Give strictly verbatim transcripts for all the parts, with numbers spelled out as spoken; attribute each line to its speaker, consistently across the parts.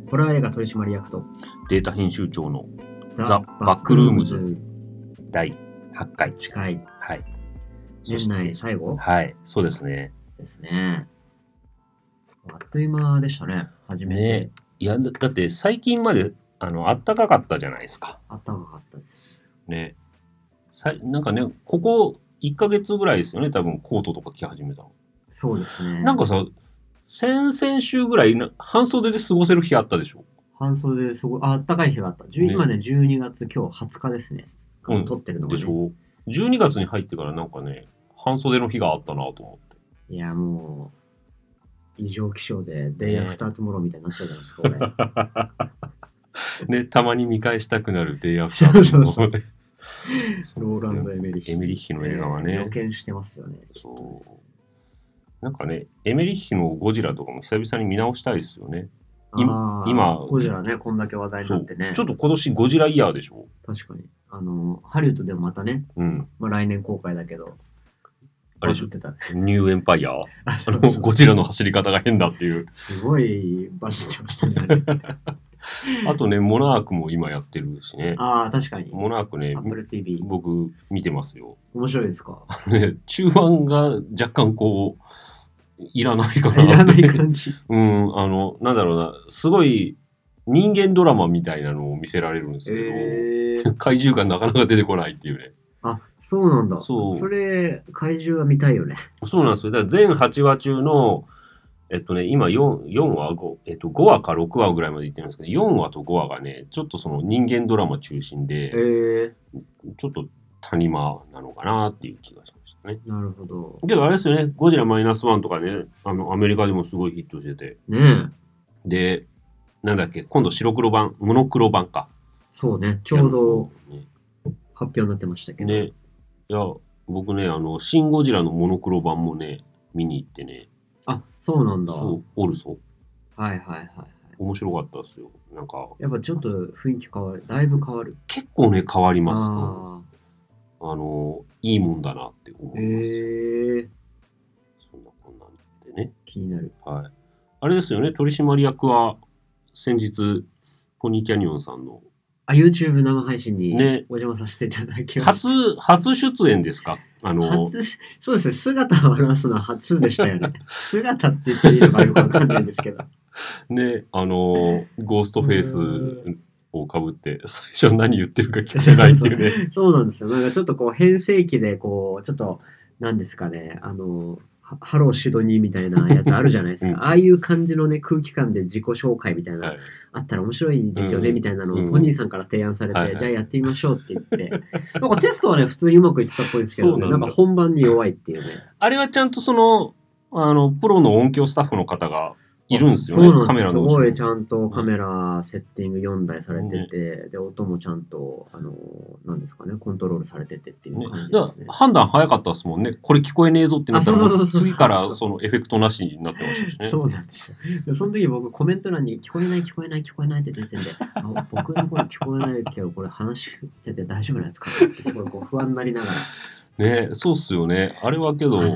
Speaker 1: ホラー映画取締役と
Speaker 2: データ編集長の
Speaker 1: ザ・
Speaker 2: ザ・バックルームズだいはちかい。
Speaker 1: 近い。
Speaker 2: はい。
Speaker 1: 年内最後
Speaker 2: はい、そうですね。
Speaker 1: ですね。あっという間でしたね、初めて。
Speaker 2: ね、いやだ、だって最近まであの暖かかったじゃないですか。
Speaker 1: 暖かかったです。
Speaker 2: ね。さなんかね、ここいっかげつぐらいですよね、多分コートとか着始めたの。
Speaker 1: そうですね。
Speaker 2: なんかさ、先々週ぐらいな半袖で過ごせる日あったでしょ。
Speaker 1: 半袖ですごい、あ、暖かい日があった。じゅう
Speaker 2: ね
Speaker 1: 今ね、じゅうにがつ、今日はつかですね。あの
Speaker 2: うん
Speaker 1: 撮ってるのが、ね。
Speaker 2: でしょ。じゅうにがつに入ってからなんかね、半袖の日があったなと思って。
Speaker 1: いや、もう、異常気象で、デイアフタートゥモローみたいになっちゃうじゃないですか、俺。
Speaker 2: ね、たまに見返したくなるデイアフタートゥモローね。
Speaker 1: ローランド・エメリッヒ。
Speaker 2: エメリッヒの映画はね。
Speaker 1: 予見してますよね。
Speaker 2: そう。なんかね、エメリッヒのゴジラとかも久々に見直したいですよね。
Speaker 1: 今、
Speaker 2: 今
Speaker 1: ゴジラね、こんだけ話題になってね。
Speaker 2: ちょっと今年ゴジライヤーでしょ。
Speaker 1: 確かに。あの、ハリウッドでもまたね、
Speaker 2: うん。
Speaker 1: まあ来年公開だけど、
Speaker 2: あれ
Speaker 1: バズってた。
Speaker 2: ニューエンパイアあのゴジラの走り方が変だっていう。
Speaker 1: すごいバズってましたね。
Speaker 2: あとね、モナークも今やってるしね。
Speaker 1: ああ、確かに。
Speaker 2: モナークね、
Speaker 1: Apple ティーブイ。
Speaker 2: 僕見てますよ。
Speaker 1: 面白いですか？
Speaker 2: ね、中盤が若干こう、いらないかな。
Speaker 1: いらない感じ。
Speaker 2: うん、あの、なんだろうな、すごい人間ドラマみたいなのを見せられるんですけど、
Speaker 1: えー、
Speaker 2: 怪獣がなかなか出てこないっていうね。
Speaker 1: あ、そうなんだ。
Speaker 2: そう。
Speaker 1: それ、怪獣は見たいよね。
Speaker 2: そうなんですよ。だから全はちわ中の、えっとね、今 4, 4話5、えっと、ごわかろくわぐらいまでいってるんですけど、よんわとごわがね、ちょっとその人間ドラマ中心で、
Speaker 1: えー、
Speaker 2: ちょっと谷間なのかなっていう気がしましたね。
Speaker 1: なるほど。
Speaker 2: けどあれですよね、ゴジラマイナスワンとかね、あの、アメリカでもすごいヒットしてて。
Speaker 1: ね
Speaker 2: え。で、なんだっけ、今度白黒版、モノクロ版か。
Speaker 1: そうね、ちょうど発表になってましたけど。
Speaker 2: ね。いや、僕ね、あの、シン・ゴジラのモノクロ版もね、見に行ってね。
Speaker 1: あ、そうなんだ。
Speaker 2: そう、オルソ。
Speaker 1: はいはいはい、はい。
Speaker 2: 面白かったですよ。なんか。
Speaker 1: やっぱちょっと雰囲気変わる。だいぶ変わる。
Speaker 2: 結構ね、変わります。
Speaker 1: あ
Speaker 2: あの、いいもんだなって思います。
Speaker 1: へえー。
Speaker 2: そんなこんなんでね。
Speaker 1: 気になる。
Speaker 2: はい。あれですよね、取締役は先日、ポニーキャニオンさんの
Speaker 1: あ、YouTube 生配信に
Speaker 2: ね
Speaker 1: お邪魔させていただきました。
Speaker 2: 初、初出演ですか？あの、
Speaker 1: 初、そうですね、姿を現すのは初でしたよね。姿って言っていいのかよくわかんないんですけど。
Speaker 2: ね、あの、ゴーストフェイスをかぶって、最初何言ってるか聞けないっていうね。
Speaker 1: そうなんですよ。なんかちょっとこう変声期でこう、ちょっと、なんですかね、あの、ハローシドニーみたいなやつあるじゃないですか。うん、ああいう感じのね、空気感で自己紹介みたいな、はい、あったら面白いですよね、うん、みたいなのをポニーさんから提案されて、うん、じゃあやってみましょうって言って、なんかテストはね、普通にうまくいってたっぽいですけど、ね、なんか本番に弱いっていうね。
Speaker 2: あれはちゃんとその、あの、プロの音響スタッフの方がいるんですよね、カメラの後ろ。
Speaker 1: すごいちゃんとカメラセッティングよんだいされてて、ね、で、音もちゃんと、あの、なんですかね、コントロールされててっていう感じですね。
Speaker 2: ね、判断早かったですもんね。これ聞こえねえぞってなったら、次からそのエフェクトなしになってましたしね。
Speaker 1: そうなんですよ。その時僕コメント欄に聞こえない聞こえない聞こえないって出てんで、あ僕の声聞こえないけど、これ話してて大丈夫なんですかってすごいこう不安になりながら。
Speaker 2: ね、そうっすよね。あれはけど、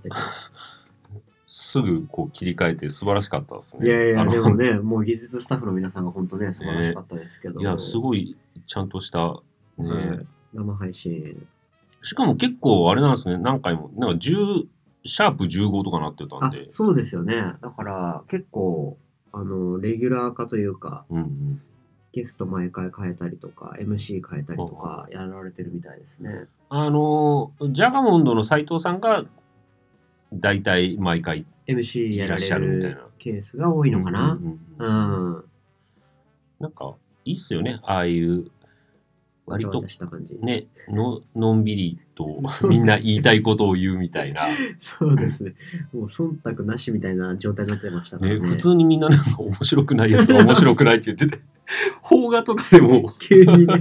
Speaker 2: すぐこう切り替えて素晴らしかったですね。
Speaker 1: いやいや、でもね、もう技術スタッフの皆さんが本当ね、素晴らしかったですけど。
Speaker 2: ね、いや、すごいちゃんとした、ね、はい、
Speaker 1: 生配信。
Speaker 2: しかも結構あれなんですね、何回も、なんかじゅう、シャープじゅうごとかなってたんで。
Speaker 1: そうですよね。だから結構、あの、レギュラー化というか、
Speaker 2: うんうん、
Speaker 1: ゲスト毎回変えたりとか、エムシー 変えたりとか、やられてるみたいですね。
Speaker 2: あの、ジャガモンドの斉藤さんが、だいたい毎回
Speaker 1: エムシー やられるみたいなケースが多いのかな。うん、うんうん、
Speaker 2: なんかいいっすよね、ああいう割とね、ののんびりとみんな言いたいことを言うみたいな。
Speaker 1: そうですね。もう忖度なしみたいな状態になってましたからね。
Speaker 2: ね、普通にみんななんか面白くないやつは面白くないって言ってて、邦画とかでも
Speaker 1: 急にね。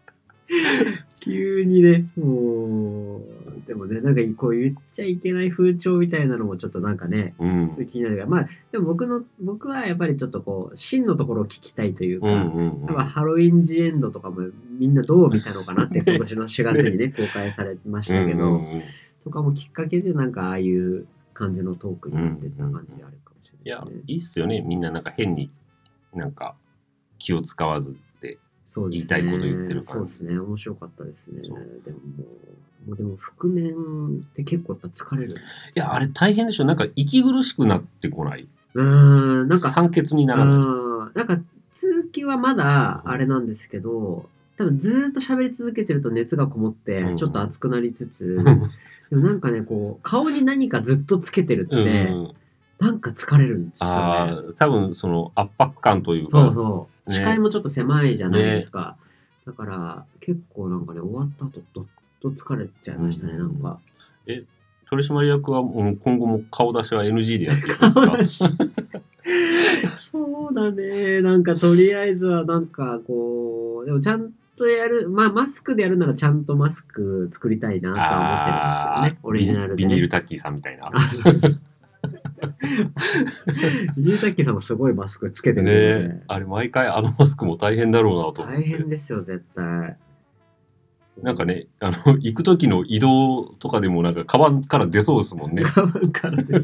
Speaker 1: 急にね、もう、でもね、なんかこう言っちゃいけない風潮みたいなのもちょっとなんかね、
Speaker 2: うん、
Speaker 1: ちょっと気になるが、まあ、でも僕の、僕はやっぱりちょっとこう、真のところを聞きたいというか、うんうんうん、ハロウィンジエンドとかもみんなどう見たのかなって今年のしがつにね、公開されましたけど、うんうんうん、とかもきっかけでなんかああいう感じのトークになってた感じあるかもしれないですね。
Speaker 2: いや、いいっすよね、みんななんか変になんか気を使わずって
Speaker 1: そうですね。
Speaker 2: 言いたいこと言ってる感じ。
Speaker 1: そうですね。面白かったですね。で
Speaker 2: そう
Speaker 1: ももう、もうでも覆面って結構やっぱ疲れる。
Speaker 2: いや、あれ大変でしょ。なんか息苦しくなってこない。
Speaker 1: うーん、なんか、
Speaker 2: 酸欠にならない。
Speaker 1: うん、なんか通気はまだあれなんですけど、多分ずーっと喋り続けてると熱がこもって
Speaker 2: うん
Speaker 1: ちょっと熱くなりつつ、でもなんかね、こう、顔に何かずっとつけてる
Speaker 2: うん
Speaker 1: って、
Speaker 2: うん、
Speaker 1: なんか疲れるんですよね。
Speaker 2: ああ、多分その圧迫感というか、
Speaker 1: そうそう。
Speaker 2: ね
Speaker 1: 視界もちょっと狭いじゃないですか。だから、結構なんかね、終わった後、どっと疲れちゃいましたね、
Speaker 2: うん
Speaker 1: なんか。
Speaker 2: え、取締役はもう今後も顔出しは エヌジー でやっていくんですか？
Speaker 1: 顔出しそうだね。なんかとりあえずはなんかこう、でもちゃんとやる、まあマスクでやるならちゃんとマスク作りたいなとは思ってるんですけどね。オリジナルで、ね。
Speaker 2: ビニールタッキーさんみたいな。
Speaker 1: ビニールタッキーさんもすごいマスクつけてるので。
Speaker 2: ね、あれ毎回あのマスクも大変だろうなと思って。
Speaker 1: 大変ですよ、絶対。
Speaker 2: なんかね、あの、行く時の移動とかでもなんかカバンから出そうですもんね。
Speaker 1: カバンからです。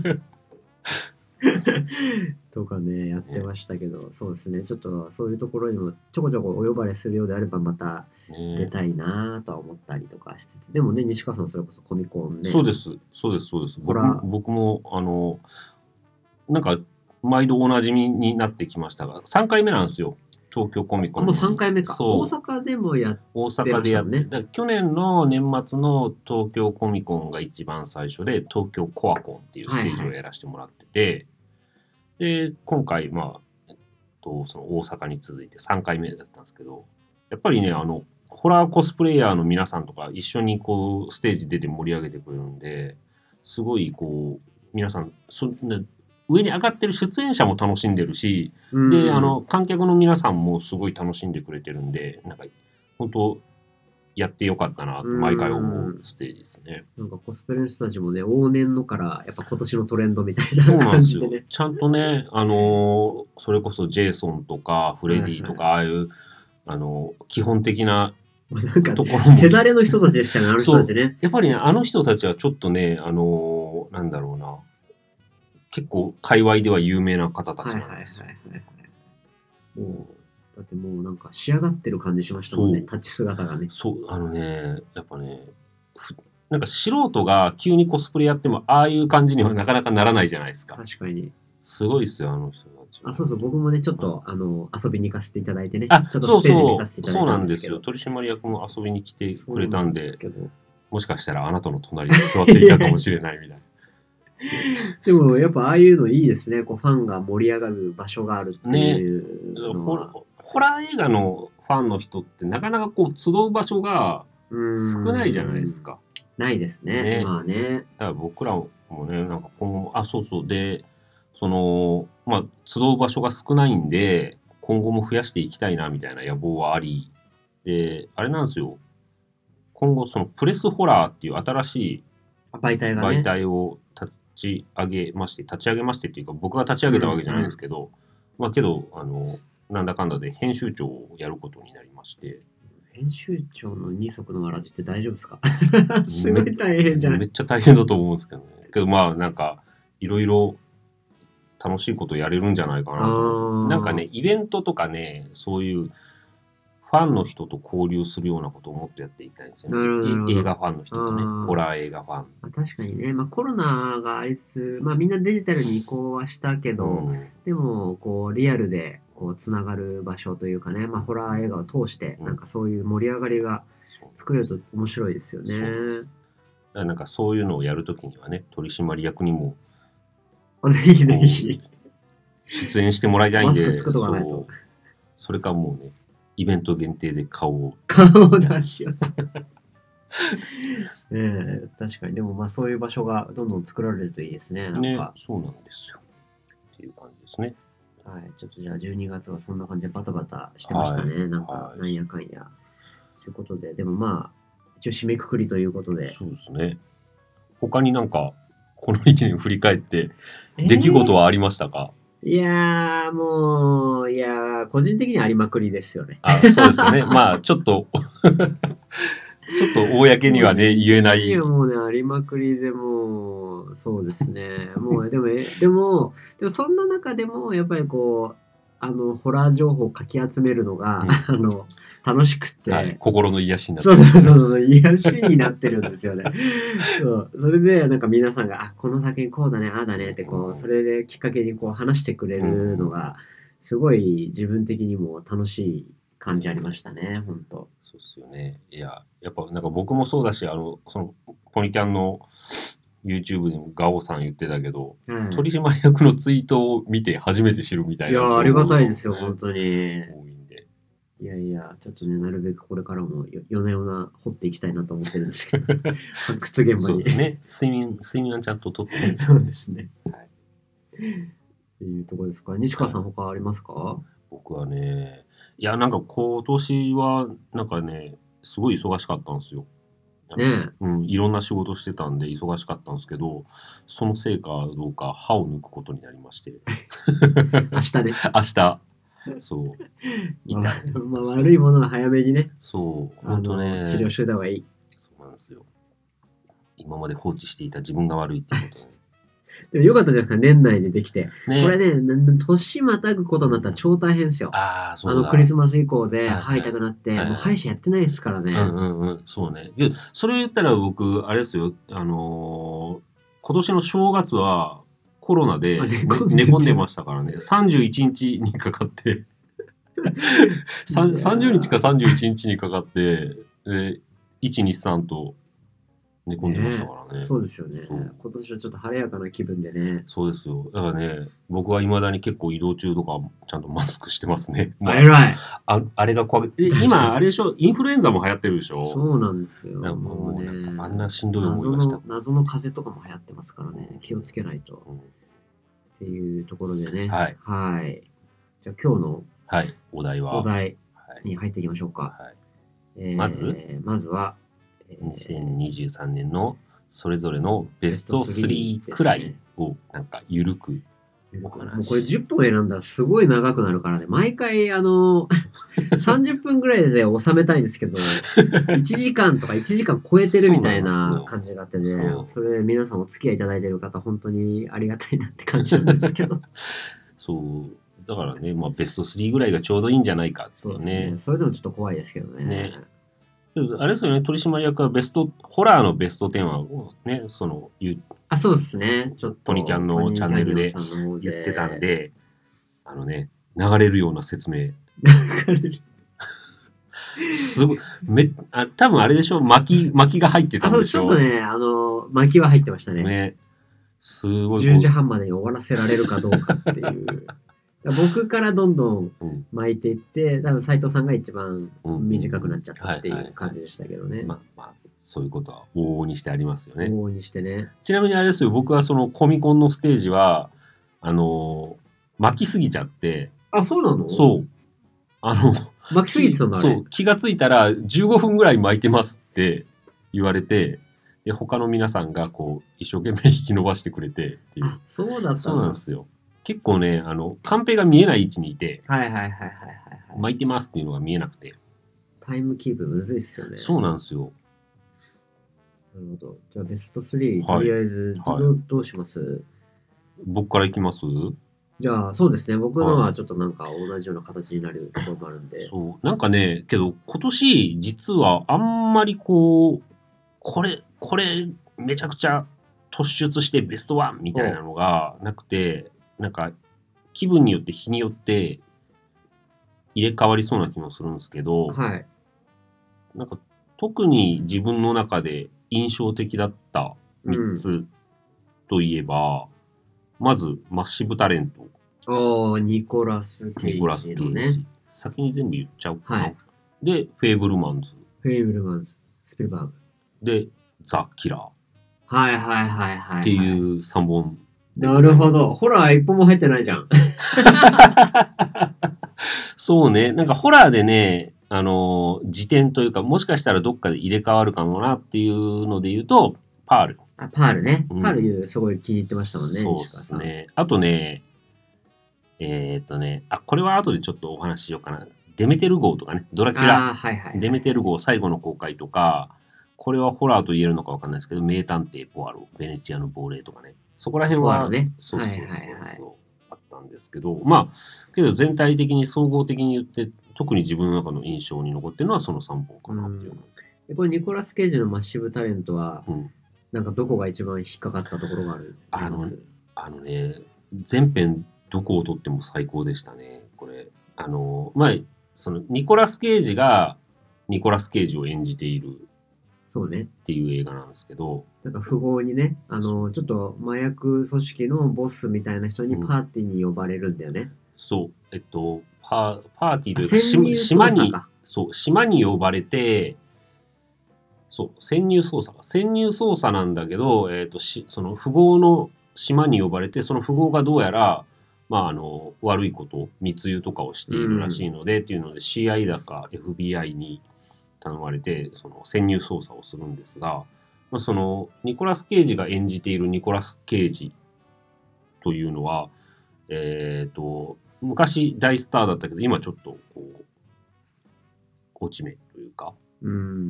Speaker 1: とかね、やってましたけど、ね、そうですね、ちょっとそういうところにもちょこちょこお呼ばれするようであればまた出たいなとは思ったりとかしつつ、ね、でもね、西川さんそれこそコミコンね。
Speaker 2: そうです、そうです、そうです。僕僕も、あの、なんか、毎度おなじみになってきましたが、さんかいめなんですよ。東京コミコン。
Speaker 1: もうさんかいめか。
Speaker 2: そう。
Speaker 1: 大阪でもやってましたね。大阪でやって。
Speaker 2: だ去年の年末の東京コミコンが一番最初で、東京コアコンっていうステージをやらせてもらってて、はいはい、で、今回、まあ、えっと、その大阪に続いてさんかいめだったんですけど、やっぱりね、あの、ホラーコスプレイヤーの皆さんとか一緒にこう、ステージ出て盛り上げてくれるんで、すごいこう、皆さん、そ上に上がってる出演者も楽しんでるし、で、あの、観客の皆さんもすごい楽しんでくれてるんで、なんか、本当やってよかったなと毎回思うステージですね。
Speaker 1: なんかコスプレの人たちもね、往年のからやっぱ今年のトレンドみたいな感じでね。
Speaker 2: ちゃんとね、あのー、それこそジェイソンとかフレディとか、はいはい、ああいう、あのー、基本的な
Speaker 1: なんか、ところも。手だれの人たちでしたね、あの人たちね。
Speaker 2: やっぱりね、あの人たちはちょっとね、あのー、なんだろうな。結構、界隈では有名な方たちなんですよ。はいはいはいはい、
Speaker 1: もう、だってもうなんか仕上がってる感じしましたもんね、立ち姿がね。
Speaker 2: そう、あのね、やっぱね、なんか素人が急にコスプレやっても、ああいう感じにはなかなかならないじゃないですか。
Speaker 1: 確かに。
Speaker 2: すごいですよ、あの人たち。
Speaker 1: あ、そうそう、僕もね、ちょっと、あの、遊びに行かせていただいてね。
Speaker 2: あ、
Speaker 1: ちょっとステージ見させていただいたんですけど。
Speaker 2: そうそう、そうなんですよ。取締役も遊びに来てくれたんで、もしかしたらあなたの隣に座っていたかもしれないみたいな。
Speaker 1: でもやっぱああいうのいいですね。こうファンが盛り上がる場所があるっていうのは、
Speaker 2: ね、ホラー映画のファンの人ってなかなかこう集う場所が少ないじゃないですか。
Speaker 1: ないですね。ね、まあね。
Speaker 2: だから僕らもね、なんか今後、あ、そうそうで、その、まあ、集う場所が少ないんで、今後も増やしていきたいなみたいな野望はあり、で、あれなんですよ。今後そのプレスホラーっていう新しい
Speaker 1: 媒体が、
Speaker 2: ね、媒体を立ち上げまして、立ち上げましてっていうか僕が立ち上げたわけじゃないんですけど、うんうん、まあけど、あの、なんだかんだで編集長をやることになりまして。
Speaker 1: 編集長の二足のわらじって大丈夫ですか？すごい大変じゃない？
Speaker 2: めっちゃ大変だと思うんですけどね。けどまあなんか、いろいろ楽しいことやれるんじゃないかなと。なんかね、イベントとかね、そういうファンの人と交流するようなことをもっとやっていきたいんですよね。映画ファンの人とね、ホラー映画ファン。
Speaker 1: まあ、確かにね、まあコロナがありつつ、まあみんなデジタルに移行はしたけど、うん、でもこうリアルでこうつながる場所というかね、まあホラー映画を通して、なんかそういう盛り上がりが作れると面白いですよね。だ
Speaker 2: からなんかそういうのをやるときにはね、取締役にも、
Speaker 1: ぜひぜひ
Speaker 2: 出演してもらいたいんで、
Speaker 1: マスクつくとかないと。
Speaker 2: それかもうね、イベント限定で顔を。
Speaker 1: 顔を出しよう。ねえ、確かに。でもまあそういう場所がどんどん作られるといいですね。なんか
Speaker 2: ね、そうなんですよ。っていう感じですね。
Speaker 1: はい。ちょっとじゃあじゅうにがつはそんな感じでバタバタしてましたね。はい、なんか、なんやかんや。ということで、でもまあ、一応締めくくりということで。
Speaker 2: そうですね。他になんか、このいちねん振り返って、出来事はありましたか？
Speaker 1: えー、いやー、もう、いやー、個人的にはありまくりですよね。
Speaker 2: あ、そうですよね。まあ、ちょっと、ちょっと公にはね、言えない。
Speaker 1: いや、もうね、ありまくりでもう、そうですね。もう、でも、でも、でもそんな中でも、やっぱりこう、 あの、ホラー情報をかき集めるのが、
Speaker 2: うん
Speaker 1: あの、楽しくて、
Speaker 2: はい、心の癒しになって
Speaker 1: そうそうそうそう、癒しになってるんですよね。そう。それで、なんか皆さんが、あ、この作品こうだね、ああだねって、こ
Speaker 2: うん
Speaker 1: う、それできっかけにこう話してくれるのが、すごい自分的にも楽しい感じありましたね、ほんと。
Speaker 2: そうですよね。いや、やっぱなんか僕もそうだし、あの、その、ポニキャンの YouTube でもガオさん言ってたけど、
Speaker 1: はい、
Speaker 2: 取締役のツイートを見て初めて知るみたいな、
Speaker 1: いやー、ありがたいですよ、
Speaker 2: ね、
Speaker 1: 本当に。
Speaker 2: 多いんで。
Speaker 1: いやいや、ちょっとね、なるべくこれからもよ夜な夜な掘っていきたいなと思ってるんですけど、発掘現場に。
Speaker 2: そうね、睡眠、睡眠はちゃんととってね。
Speaker 1: そうですね。
Speaker 2: はい。
Speaker 1: っていうところですか。西川さん、他ありますか？
Speaker 2: 僕はね、いや、なんか今年は、なんかね、すごい忙しかったんですよ。
Speaker 1: ね
Speaker 2: うん、いろんな仕事してたんで忙しかったんですけど、そのせいかどうか歯を抜くことになりまして。
Speaker 1: え。明日ね。
Speaker 2: 明日。そう。
Speaker 1: ま
Speaker 2: 痛い。
Speaker 1: あ、まあ、悪いものは早めにね、
Speaker 2: そう。
Speaker 1: あの、
Speaker 2: 本当ね。
Speaker 1: 治療しといた方がいい。
Speaker 2: そうなんですよ。今まで放置していた自分が悪いっていうことね。
Speaker 1: でもよかったじゃないですか、年内でできて。
Speaker 2: ね。
Speaker 1: これね、な年またぐことになったら超大変ですよ。
Speaker 2: ああ、そうだ。
Speaker 1: あの、クリスマス以降で
Speaker 2: はいはい
Speaker 1: 歯痛くなって、
Speaker 2: はいはい
Speaker 1: もう歯医者やってないですからね。
Speaker 2: うんうんうん。そうね。で、それ言ったら僕、あれですよ。あのー今年の正月はコロナで、
Speaker 1: あ
Speaker 2: ね
Speaker 1: 寝込んで
Speaker 2: 寝込んでましたからね。さんじゅういちにちにかかって、さん
Speaker 1: いやー
Speaker 2: さんじゅうにちかさんじゅういちにちにかかって、で、いち、に、さんと寝込んでましたからね。
Speaker 1: そうですよね。
Speaker 2: そう
Speaker 1: 今年はちょっと晴れやかな気分でね。
Speaker 2: そうですよ。だからね、僕は未だに結構移動中とかちゃんとマスクしてますね。もう
Speaker 1: あ、偉い。
Speaker 2: ああれが怖くて。え今、あれでしょインフルエンザも流行ってるでしょ
Speaker 1: そうなんですよ。
Speaker 2: いやもう
Speaker 1: ね
Speaker 2: なんかあんなしんどい思いはした
Speaker 1: 謎の謎の風邪とかも流行ってますからね。気をつけないと。
Speaker 2: うん
Speaker 1: っていうところでね。
Speaker 2: はい。
Speaker 1: はい。じゃあ今日の
Speaker 2: はい。お題は。
Speaker 1: お題
Speaker 2: はい。
Speaker 1: に入っていきましょうか。
Speaker 2: はい
Speaker 1: えー
Speaker 2: まず
Speaker 1: まずは、えー
Speaker 2: にせんにじゅうさんねんのそれぞれのベスト
Speaker 1: ベストスリー
Speaker 2: スリーくらいをなんか緩くお話
Speaker 1: もうこれじゅっぽん選んだらすごい長くなるからね。毎回、あの、さんじゅっぷんぐらいで収めたいんですけど、いちじかんとかいちじかん超えてるみたいな感じがあってね、
Speaker 2: そうなんですよ
Speaker 1: それ皆さんお付き合いいただいてる方、本当にありがたいなって感じなんですけど。
Speaker 2: そうだからね、まあ、ベストスリーぐらいがちょうどいいんじゃないかって
Speaker 1: そ
Speaker 2: いううね。
Speaker 1: ですね。それでもちょっと怖いですけどね。
Speaker 2: ねあれですよね、取締役はベスト、ホラーのベストテンはね、その言う
Speaker 1: あ、そうですね。ちょっと。
Speaker 2: ポニキャンのチャンネルで
Speaker 1: ポニキャンのさんの方
Speaker 2: 言ってたん。で、あのね、流れるような説明。すごい、め、あ、多分あれでしょ巻き、巻きが入ってた
Speaker 1: あの、
Speaker 2: んでしょ
Speaker 1: ちょっとね、あの、巻きは入ってましたね。
Speaker 2: ね。すごいこう。
Speaker 1: じゅうじはんまでに終わらせられるかどうかっていう。僕からどんどん
Speaker 2: うん
Speaker 1: 巻いていって、多分斉藤さんが一番
Speaker 2: うん
Speaker 1: 短くなっちゃったってい
Speaker 2: はいはい
Speaker 1: う感じでしたけどね。
Speaker 2: まあまあ、そういうことは往々にしてありますよね。
Speaker 1: 往々にしてね。
Speaker 2: ちなみにあれですよ、僕はそのコミコンのステージは、あのー巻きすぎちゃって、
Speaker 1: あ、そうなの
Speaker 2: そう。あの、
Speaker 1: 巻きすぎてたんだ、あれ。
Speaker 2: そう、気がついたらじゅうごふんぐらい巻いてますって言われて、で、他の皆さんがこう、一生懸命引き伸ばしてくれてっていう。
Speaker 1: あ、そうだったの
Speaker 2: そうなんですよ。結構ね、あの、カンペが見えない位置にいて、
Speaker 1: はいはいはいはいはい、はい。
Speaker 2: 巻いてますっていうのが見えなくて。
Speaker 1: タイムキープむずいっすよね。
Speaker 2: そうなんですよ。
Speaker 1: なるほど。じゃあベストスリー、
Speaker 2: はい
Speaker 1: とりあえず、
Speaker 2: はい
Speaker 1: どうどうします
Speaker 2: 僕からいきます
Speaker 1: じゃあ、そうですね。僕のはちょっとなんか同じような形になるところもあるんで。
Speaker 2: そう。なんかね、けど今年実はあんまりこう、これ、これめちゃくちゃ突出してベストワンみたいなのがなくて、なんか気分によって日によって入れ替わりそうな気もするんですけど、
Speaker 1: はい。
Speaker 2: なんか特に自分の中で印象的だったみっつといえば、まずマッシブタレント。
Speaker 1: おー、ニコラス・ケイ
Speaker 2: ニコラス・ケイ
Speaker 1: ジのね。
Speaker 2: ジ。先に全部言っちゃおうかな。
Speaker 1: はい
Speaker 2: で、フェーブルマンズ。
Speaker 1: フェイブルマンズ、スピルバーグ。
Speaker 2: で、ザ・キラー。
Speaker 1: はいはいはいはい、はい。
Speaker 2: っていうさんぼん。
Speaker 1: なるほど。ホラー一本も入ってないじゃん。
Speaker 2: そうね。なんかホラーでね、あのー、辞典というか、もしかしたらどっかで入れ替わるかもなっていうので言うと、パール。
Speaker 1: あ、パールね。
Speaker 2: うん
Speaker 1: パールすごい気に入ってましたもんね。
Speaker 2: そうですね。あとね、えーっとね、あ、これは後でちょっとお話ししようかな。デメテル号とかね、ドラキュラ。
Speaker 1: あーはいはいはい。
Speaker 2: デメテル号最後の公開とか、これはホラーと言えるのかわかんないですけど、名探偵ポアロ、ベネチアの亡霊とかね。そこら辺は、
Speaker 1: ポアロね
Speaker 2: そうそうそうそう、
Speaker 1: はいはいはい
Speaker 2: あったったんですけど、まあけど全体的に総合的に言って特に自分の中の印象に残ってるのはそのさんぼんかなっていう、うん、
Speaker 1: でこれニコラス・ケイジのマッシブタレントは、
Speaker 2: うん、
Speaker 1: なんかどこが一番引っかかったところがある
Speaker 2: あのあのね全編どこを撮っても最高でしたねこれ。あのまあそのニコラス・ケイジがニコラス・ケイジを演じている
Speaker 1: そうね
Speaker 2: っていう映画なんですけど、
Speaker 1: なんか富豪にね、あのちょっと麻薬組織のボスみたいな人にパーティーに呼ばれるんだよね。うん、
Speaker 2: そうえっとパパーティーというか島にそう島に呼ばれて、そう潜入捜査か潜入捜査なんだけど、えっとしその富豪の島に呼ばれて、その富豪がどうやらまああの悪いこと密輸とかをしているらしいので、うん、っていうので シーアイ だか エフビーアイ に頼まれてその潜入捜査をするんですが、まあ、そのニコラス・ケイジが演じているニコラス・ケイジというのは、えー、と昔大スターだったけど今ちょっとこう落ち目というか、
Speaker 1: うん、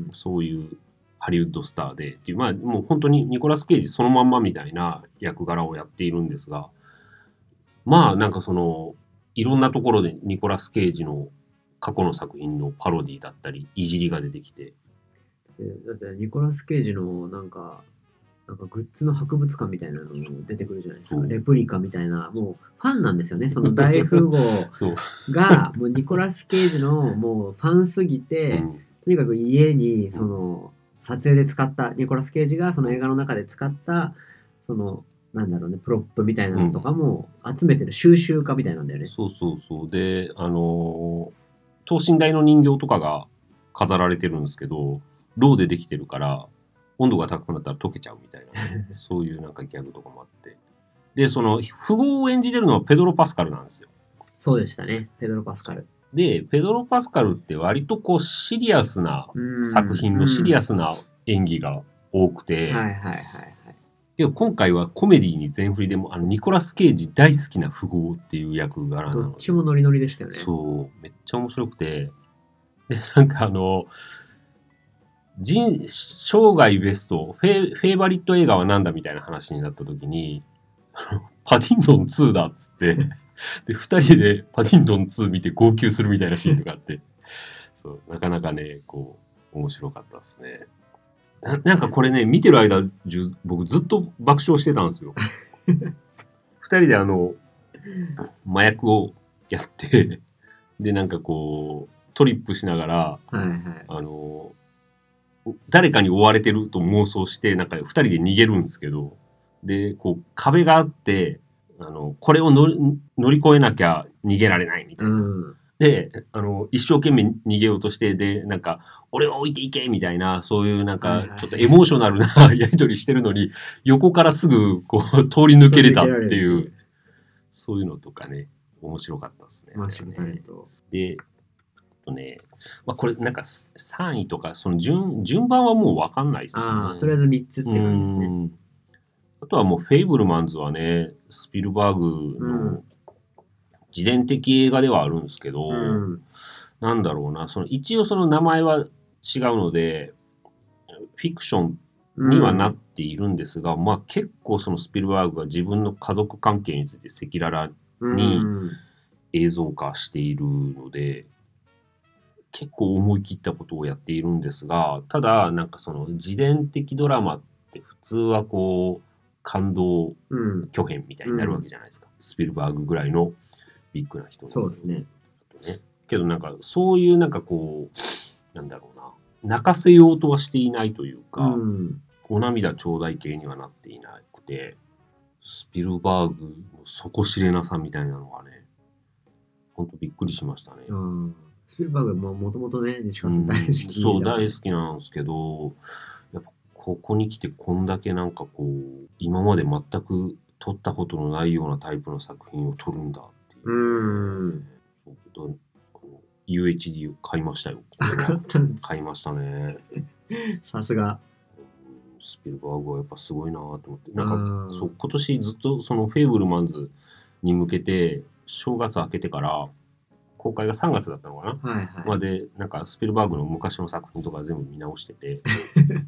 Speaker 2: そういうハリウッドスターでっていう、まあもう本当にニコラス・ケイジそのまんまみたいな役柄をやっているんですが、まあなんかそのいろんなところでニコラス・ケイジの過去の作品のパロディだったりいじりが出てきて、
Speaker 1: だってニコラス・ケイジのなんかなんかグッズの博物館みたいなのも出てくるじゃないですか。レプリカみたいな、もうファンなんですよね。その大富豪がもうニコラス・ケイジのもうファンすぎて、うん、とにかく家にその撮影で使ったニコラス・ケイジがその映画の中で使ったそのなんだろうねプロップみたいなのとかも集めてる収集家みたいなんだよね。うん、
Speaker 2: そうそうそうであのー等身大の人形とかが飾られてるんですけど、ロウでできてるから温度が高くなったら溶けちゃうみたいなそういうなんかギャグとかもあって、でその富豪を演じてるのはペドロ・パスカルなんですよ。
Speaker 1: そうでしたね、ペドロ・パスカル
Speaker 2: でペドロ・パスカルって割とこうシリアスな作品のシリアスな演技が多くて、
Speaker 1: はいはいはいはい。
Speaker 2: けど今回はコメディに全振りでもあのニコラス・ケイジ大好きな富豪っていう役柄なので、
Speaker 1: どっちもノリノリでしたよね。
Speaker 2: そうめっちゃ面白くて、でなんかあの人生涯ベストフェ、フェイバリット映画はなんだみたいな話になった時にパディントンツーだっつってでふたりでパディントンツー見て号泣するみたいなシーンとかあってそうなかなかねこう面白かったですね。な, なんかこれね見てる間中僕ずっと爆笑してたんですよふたりであの麻薬をやってでなんかこうトリップしながら、
Speaker 1: はいはい、
Speaker 2: あの誰かに追われてると妄想してなんかふたりで逃げるんですけど、でこう壁があってあのこれを乗り、乗り越えなきゃ逃げられないみたいな、うん、であの一生懸命逃げようとしてでなんか俺は置いていけみたいなそういうなんかちょっとエモーショナルなやり取りしてるのに横からすぐこう通り抜けれたっていうそういうのとかね面白かったですね。
Speaker 1: マシンタレント
Speaker 2: でとね、まあ、これなんかさんいとかその 順, 順番はもう分かんないですよね。
Speaker 1: あとりあえずみっつって感じですね。
Speaker 2: あとはもうフェイブルマンズはねスピルバーグの自伝的映画ではあるんですけど、うん、なんだろうなその一応その名前は違うのでフィクションにはなっているんですが、うん、まあ結構そのスピルバーグが自分の家族関係について赤裸々に映像化しているので、結構思い切ったことをやっているんですが、ただなんかその自伝的ドラマって普通はこう感動巨編みたいになるわけじゃないですか、うん、スピルバーグぐらいのビッグな人の。
Speaker 1: そうですね。
Speaker 2: ねけどなんかそういうなんかこうなんだろうな泣かせようとはしていないというか、うん、お涙ちょうだい系にはなっていなくて、スピルバーグの底知れなさみたいなのがねほんとびっくりしましたね。
Speaker 1: うんスピルバーグももともとね、西川さん大好き、
Speaker 2: うん、そう、大好きなんですけど、やっぱここに来てこんだけなんかこう、今まで全く撮ったことのないようなタイプの作品を撮るんだっていう。
Speaker 1: うん。
Speaker 2: ユーエイチディー を買いましたよ。
Speaker 1: 買ったんです。
Speaker 2: 買いましたね。
Speaker 1: さすが。
Speaker 2: スピルバーグはやっぱすごいなと思って。なんか、そう、今年ずっとそのフェイブルマンズに向けて、正月明けてから、公開がさんがつだったのかな、
Speaker 1: はいはい、
Speaker 2: まあ、でなんかスピルバーグの昔の作品とか全部見直してて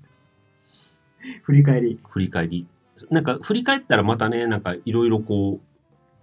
Speaker 1: 振り返り
Speaker 2: 振り返りなんか振り返ったらまたねなんかいろいろこう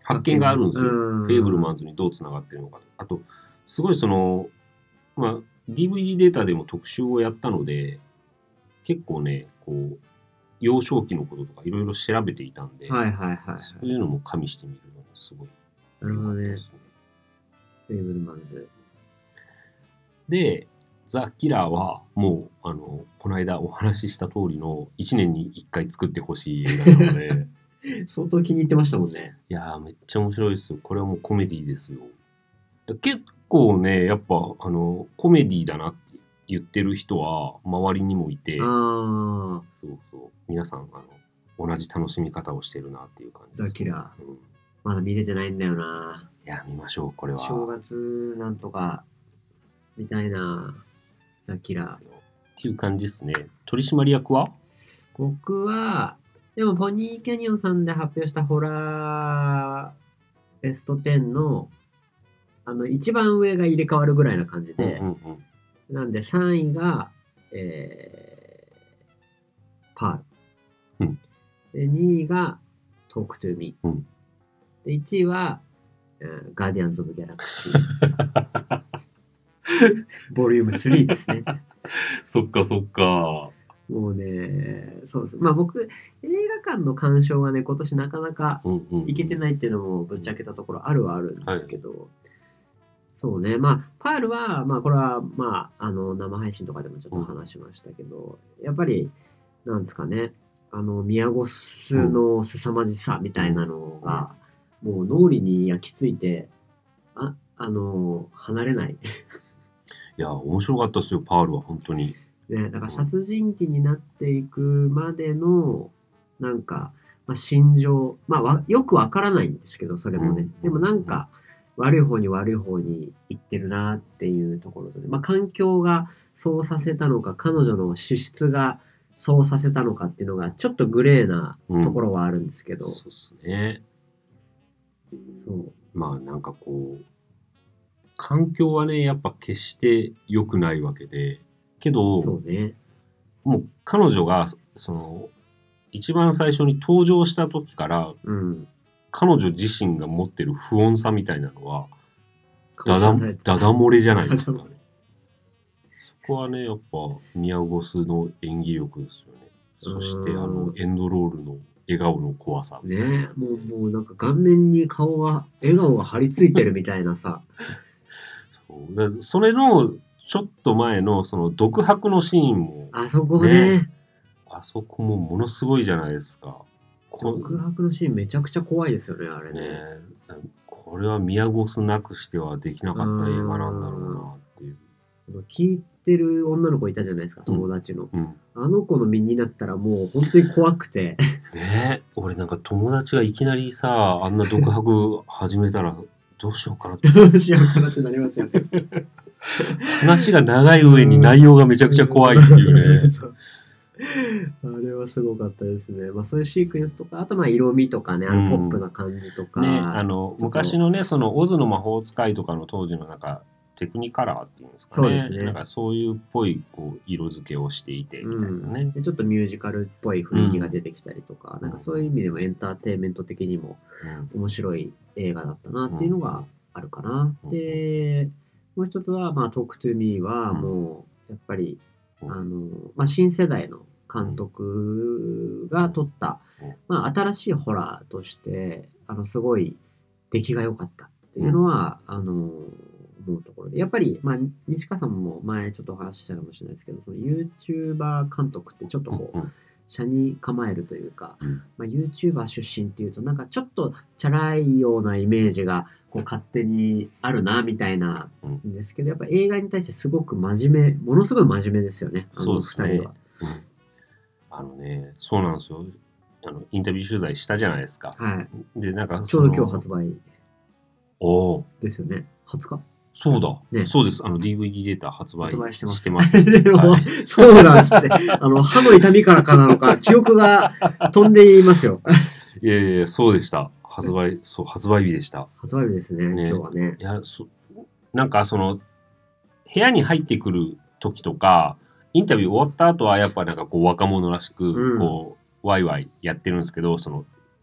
Speaker 2: 発見があるんですよ。
Speaker 1: うん
Speaker 2: フェイブルマンズにどうつながってるのか。あと、すごいその、まあ、ディーブイディー データでも特集をやったので、結構ね、こう、幼少期のこととかいろいろ調べていたんで、
Speaker 1: はいはいはいはい。
Speaker 2: そういうのも加味してみるのにすごい
Speaker 1: なるほどね
Speaker 2: 良かったです。
Speaker 1: フェイブルマンズ。
Speaker 2: で、ザ・キラーはもう、あの、この間お話しした通りのいちねんにいっかい作ってほしい映画なので、
Speaker 1: 相当気に入ってましたもんね。
Speaker 2: いやーめっちゃ面白いですよ。これはもうコメディですよ。結構ね、やっぱ、あの、コメディだなって言ってる人は周りにもいて、
Speaker 1: ああ、
Speaker 2: そうそう。皆さん、あの、同じ楽しみ方をしてるなっていう感じです。
Speaker 1: ザキラー。
Speaker 2: うん。
Speaker 1: まだ見れてないんだよな。
Speaker 2: いや、見ましょう、これは。
Speaker 1: 正月なんとか見たいな。ザキラー。
Speaker 2: っていう感じですね。取締役は
Speaker 1: 僕は、でもポニーキャニオンさんで発表したホラーベストじゅうの、あの、一番上が入れ替わるぐらいな感じで、
Speaker 2: うんうんうん。
Speaker 1: なんでさんいが、えー、パール。
Speaker 2: うん
Speaker 1: で、にいがトークトゥーミー。
Speaker 2: うん
Speaker 1: で、いちいは、うんガーディアンズ・オブ・ギャラクシー。ボリュームスリーですね。
Speaker 2: そっかそっか。
Speaker 1: もうね、そうです。まあ僕、映画館の鑑賞がね、今年なかなか
Speaker 2: うんうん。
Speaker 1: いけてないっていうのもぶっちゃけたところあるはあるんですけど、そうね、まあ、パールは、まあこれは、まあ、あの、生配信とかでもちょっと話しましたけど、やっぱり、なんですかね、あの、宮越の凄まじさみたいなのが、もう脳裏に焼き付いて、あ、あの、離れない。
Speaker 2: いや、面白かったですよ、パールは、本当に。
Speaker 1: ね、だから殺人鬼になっていくまでの、なんか、まあ、心情、まあわ、よくわからないんですけど、それもね。
Speaker 2: うん
Speaker 1: でもなんか、悪い方に悪い方に行ってるなっていうところとね、まあ、環境がそうさせたのか、彼女の資質がそうさせたのかっていうのが、ちょっとグレーなところはあるんですけど、
Speaker 2: そうですね。
Speaker 1: そう。
Speaker 2: まあ、なんかこう、環境はね、やっぱ決して良くないわけで、けど、
Speaker 1: そうね。
Speaker 2: もう彼女が、その、一番最初に登場した時から、
Speaker 1: うん。
Speaker 2: 彼女自身が持ってる不穏さみたいなのは、ダダ、
Speaker 1: 感謝されて
Speaker 2: ダダ漏れじゃないですか
Speaker 1: そう
Speaker 2: ね。そこはね、やっぱ、宮越の演技力ですよね。そして、
Speaker 1: うん
Speaker 2: あの、エンドロールの笑顔の怖さみたいな。
Speaker 1: ねもう、もうなんか顔面に顔が、笑顔が張り付いてるみたいなさ。
Speaker 2: そうだそれの、ちょっと前の、その、独白のシーンも、
Speaker 1: あそこね、
Speaker 2: ねあそこもものすごいじゃないですか。こ
Speaker 1: 独白のシーンめちゃくちゃ怖いですよね、あれね。
Speaker 2: ねこれは宮越なくしてはできなかった映画なんだろうなっていう。
Speaker 1: 聞いてる女の子いたじゃないですか、
Speaker 2: うん
Speaker 1: 友達の。
Speaker 2: うん。
Speaker 1: あの子の身になったらもう本当に怖くて。
Speaker 2: ねえ、俺なんか友達がいきなりさ、あんな独白始めたらどうしようかなって。
Speaker 1: どうしようかなってなりますよね。
Speaker 2: 話が長い上に内容がめちゃくちゃ怖いっていうね。
Speaker 1: あれはすごかったですね。まあそういうシークエンスとか、あとまあ色味とかね、あのポップな感じとか。
Speaker 2: ね、あの、昔のね、その、オズの魔法使いとかの当時のなんか、テクニカラーっていうんですかね。
Speaker 1: そうですね
Speaker 2: なんかそういうっぽい、こう、色付けをしていて、みたいなね。
Speaker 1: でちょっとミュージカルっぽい雰囲気が出てきたりとか、
Speaker 2: うん
Speaker 1: なんかそういう意味でもエンターテインメント的にも
Speaker 2: うん
Speaker 1: 面白い映画だったなっていうのがあるかな。
Speaker 2: うん
Speaker 1: で、もう一つは、まあ、Talk to Me はもう、やっぱり、
Speaker 2: うん
Speaker 1: あの、まあ、新世代の監督が撮った、
Speaker 2: うん
Speaker 1: まあ、新しいホラーとして、あの、すごい出来が良かったっていうのは、あの、思うところで。やっぱり、まあ、西川さんも前ちょっとお話ししたかもしれないですけど、その YouTuber 監督ってちょっとこう、
Speaker 2: うん
Speaker 1: 社に構えるというか、
Speaker 2: うん
Speaker 1: まあ、YouTuber 出身っていうと、なんかちょっとチャラいようなイメージがこう勝手にあるな、みたいなんですけど、やっぱ映画に対してすごく真面目、ものすごい真面目ですよね、あの
Speaker 2: そうですね
Speaker 1: 二人は。
Speaker 2: うんあのね、そうなんですよ。あの、インタビュー取材したじゃないですか。
Speaker 1: はい。
Speaker 2: で、なんか
Speaker 1: ちょうど今日発売
Speaker 2: おお、
Speaker 1: ですよね。はつか
Speaker 2: そうだ、
Speaker 1: ね
Speaker 2: そうです。あの ディーブイディー データ発売
Speaker 1: 発売してます。
Speaker 2: してます。
Speaker 1: でも
Speaker 2: はい
Speaker 1: そうなんですね。あの、歯の痛みからかなのか、記憶が飛んでいますよ。
Speaker 2: いやいや、そうでした。発売、そう、発売日でした。
Speaker 1: 発売日ですね、
Speaker 2: ね
Speaker 1: 今日はね
Speaker 2: い。や、そなんかその、部屋に入ってくる時とか、インタビュー終わった後はやっぱなんかこう若者らしく、
Speaker 1: うん
Speaker 2: こう、ワイワイやってるんですけど、その、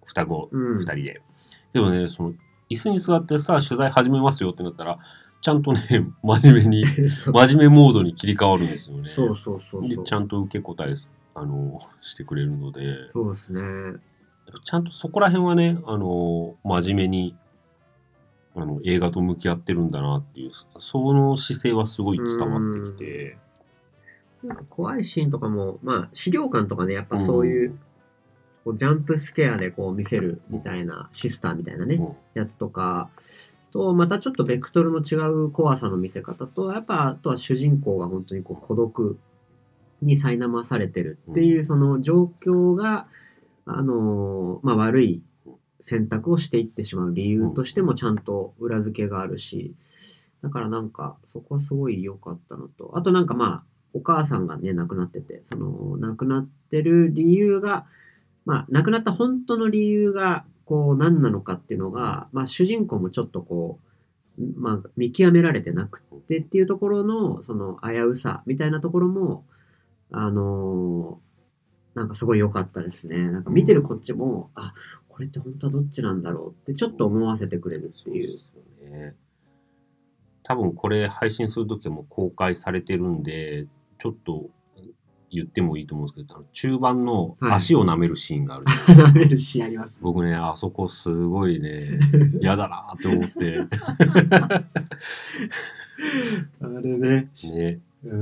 Speaker 2: 双子
Speaker 1: うん
Speaker 2: ふたりで。でもね、その、椅子に座ってさ、取材始めますよってなったら、ちゃんとね、真面目に、
Speaker 1: そう
Speaker 2: 真面目モードに切り替わるんですよね。
Speaker 1: そうそうそうそう。
Speaker 2: でちゃんと受け答えす、あの、してくれるので、
Speaker 1: そうですね。
Speaker 2: ちゃんとそこら辺はね、あの、真面目に、あの、映画と向き合ってるんだなっていう、その姿勢はすごい伝わってきて、
Speaker 1: なんか怖いシーンとかも、まあ、資料館とかね、やっぱ
Speaker 2: うん
Speaker 1: そういう、こうジャンプスケアでこう見せるみたいな、シスターみたいなね、
Speaker 2: うん
Speaker 1: やつとか、と、またちょっとベクトルの違う怖さの見せ方と、やっぱ、あとは主人公が本当にこう孤独に苛まされてるっていうう、その状況が、あのーまあ、悪い選択をしていってしまう理由としてもちゃんと裏付けがあるし、だからなんか、そこはすごい良かったのと、あとなんかまあ、お母さんがね、亡くなってて、その、亡くなってる理由が、まあ、亡くなった本当の理由が、こう、何なのかっていうのが、まあ、主人公もちょっとこう、まあ、見極められてなくてっていうところの、その、危うさみたいなところも、あのーなんかすごい良かったですね。なんか見てるこっちも、あ、これって本当はどっちなんだろうってちょっと思わせてくれるっていう。
Speaker 2: そうですよね。多分これ配信するときはもう公開されてるんで、ちょっと言ってもいいと思うんですけど、あの中盤の足を舐めるシーンがあるじゃないですか。
Speaker 1: 舐めるシーンあります。
Speaker 2: 僕ね、あそこすごいね、嫌だなって思って。
Speaker 1: あれね。
Speaker 2: ね。
Speaker 1: うん。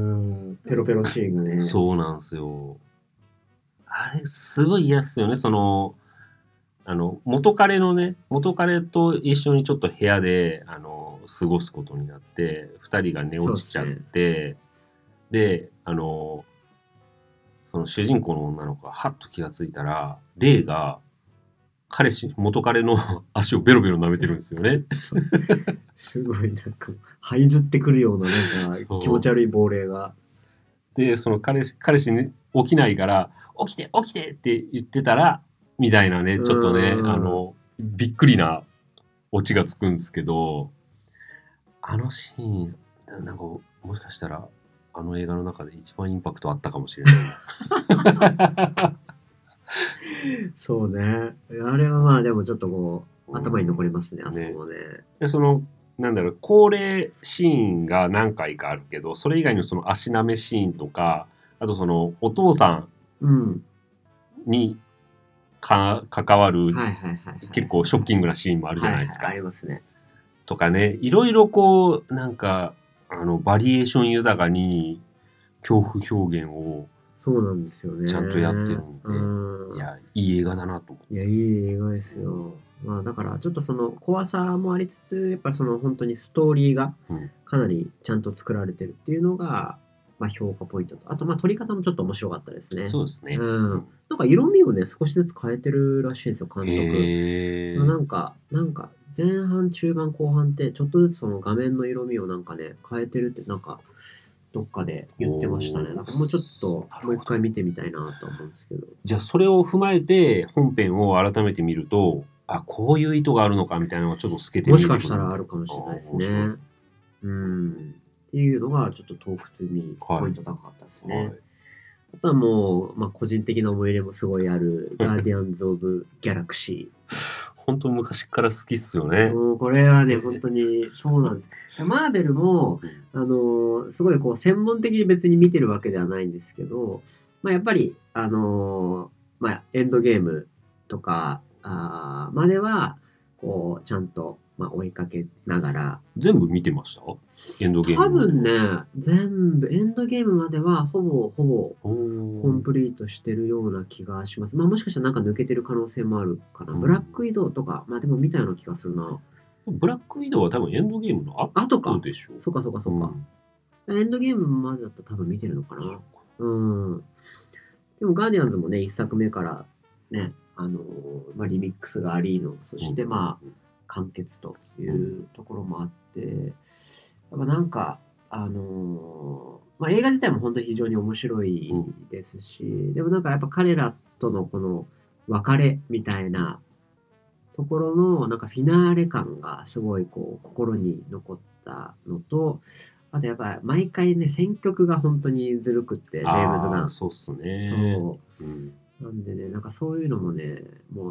Speaker 1: ペロペロシーンがね。
Speaker 2: そうなんですよ。あれ、すごい嫌っすよね。その、あの、元彼のね、元彼と一緒にちょっと部屋で、あの、過ごすことになって、二人が寝落ちちゃって、で、あの、その主人公の女の子がハッと気がついたら、レイが、彼氏、元彼の足をベロベロ舐めてるんですよね。
Speaker 1: そうすごいなんか、這いずってくるようななんか
Speaker 2: そう
Speaker 1: 気持ち悪い亡霊が。
Speaker 2: で、その彼氏、彼氏に起きないから、起きて、起きてって言ってたら、みたいなね、ちょっとね、
Speaker 1: うん
Speaker 2: あの、びっくりなオチがつくんですけど、あのシーン、なんか、もしかしたら、あの映画の中で一番インパクトあったかもしれない。
Speaker 1: そうね。あれはまあでもちょっとこう、
Speaker 2: うん
Speaker 1: 頭に残りますね、あそこもね。
Speaker 2: で、その、なんだろう、高齢シーンが何回かあるけど、それ以外のその足舐めシーンとか、あとその、お父さ
Speaker 1: うん。
Speaker 2: んにか関わる、
Speaker 1: はいはいはい、はい。
Speaker 2: 結構ショッキングなシーンもあるじゃないですか。
Speaker 1: はいはい、ありますね。
Speaker 2: とかね、いろいろこう、なんか、あの、バリエーション豊かに恐怖表現を
Speaker 1: そうなんですよね。
Speaker 2: ちゃんとやってるんで、
Speaker 1: うん。
Speaker 2: いや、いい映画だなと思って。
Speaker 1: いや、いい映画ですよ。まあだからちょっとその怖さもありつつ、やっぱその本当にストーリーが
Speaker 2: うん
Speaker 1: かなりちゃんと作られてるっていうのが、まあ評価ポイントと。あとまあ撮り方もちょっと面白かったですね。
Speaker 2: そうですね。
Speaker 1: うん。なんか色味をね、少しずつ変えてるらしいんですよ、監督。
Speaker 2: へー。
Speaker 1: なんか、なんか、前半、中盤、後半って、ちょっとずつその画面の色味をなんかね、変えてるって、なんか、どっかで言ってましたね。
Speaker 2: おー
Speaker 1: なんかもうちょっと
Speaker 2: なるほ、ど
Speaker 1: もう一回見てみたいなと思うんですけど。
Speaker 2: じゃあそれを踏まえて本編を改めて見ると、あ、こういう意図があるのかみたいなのがちょっと透けて見えてくる。
Speaker 1: もしかしたらあるかもしれないですね。
Speaker 2: あー面
Speaker 1: うん。っていうのが、ちょっとトークトゥーミー、
Speaker 2: はい
Speaker 1: ポイント高かったです
Speaker 2: 白い
Speaker 1: ね。あとはもう、まあ、個人的な思い入れもすごいある、ガーディアンズ・オブ・ギャラクシ
Speaker 2: 本当昔から好きっすよ
Speaker 1: ー。
Speaker 2: ね。
Speaker 1: もうこれはね、本当にそうなんです。マーベルも、あのーすごいこう、専門的に別に見てるわけではないんですけど、まあ、やっぱり、あのーまあ、エンドゲームとか、あーまでは、こう、ちゃんと、まあ、追いかけながら、
Speaker 2: 全部見てましたエンドゲーム。
Speaker 1: 多分ね、全部、エンドゲームまでは、ほぼ、ほぼ、
Speaker 2: おー
Speaker 1: コンプリートしてるような気がします。まあもしかしたらなんか抜けてる可能性もあるかな。
Speaker 2: うん
Speaker 1: ブラック移動とか、まあでも見たような気がするな。
Speaker 2: ブラックウィドウは多分エンドゲームの
Speaker 1: あとか
Speaker 2: 後でしょ。
Speaker 1: そうかそうかそうか。エンドゲームまでだったら多分見てるのかな。うん。でもガーディアンズもね、一作目からね、あのーまあリミックスがありの、そしてまあ、完結というところもあって、やっぱなんか、あのーまあ、映画自体も本当に非常に面白いですし、でもなんかやっぱ彼らとのこの別れみたいなところのなんかフィナーレ感がすごいこう心に残ったのと、あとやっぱ毎回ね、選曲が本当にずるくって、ジェームズ・ガン。
Speaker 2: あーそうっすね。
Speaker 1: そう。
Speaker 2: うん
Speaker 1: なんでね、なんかそういうのもね、もう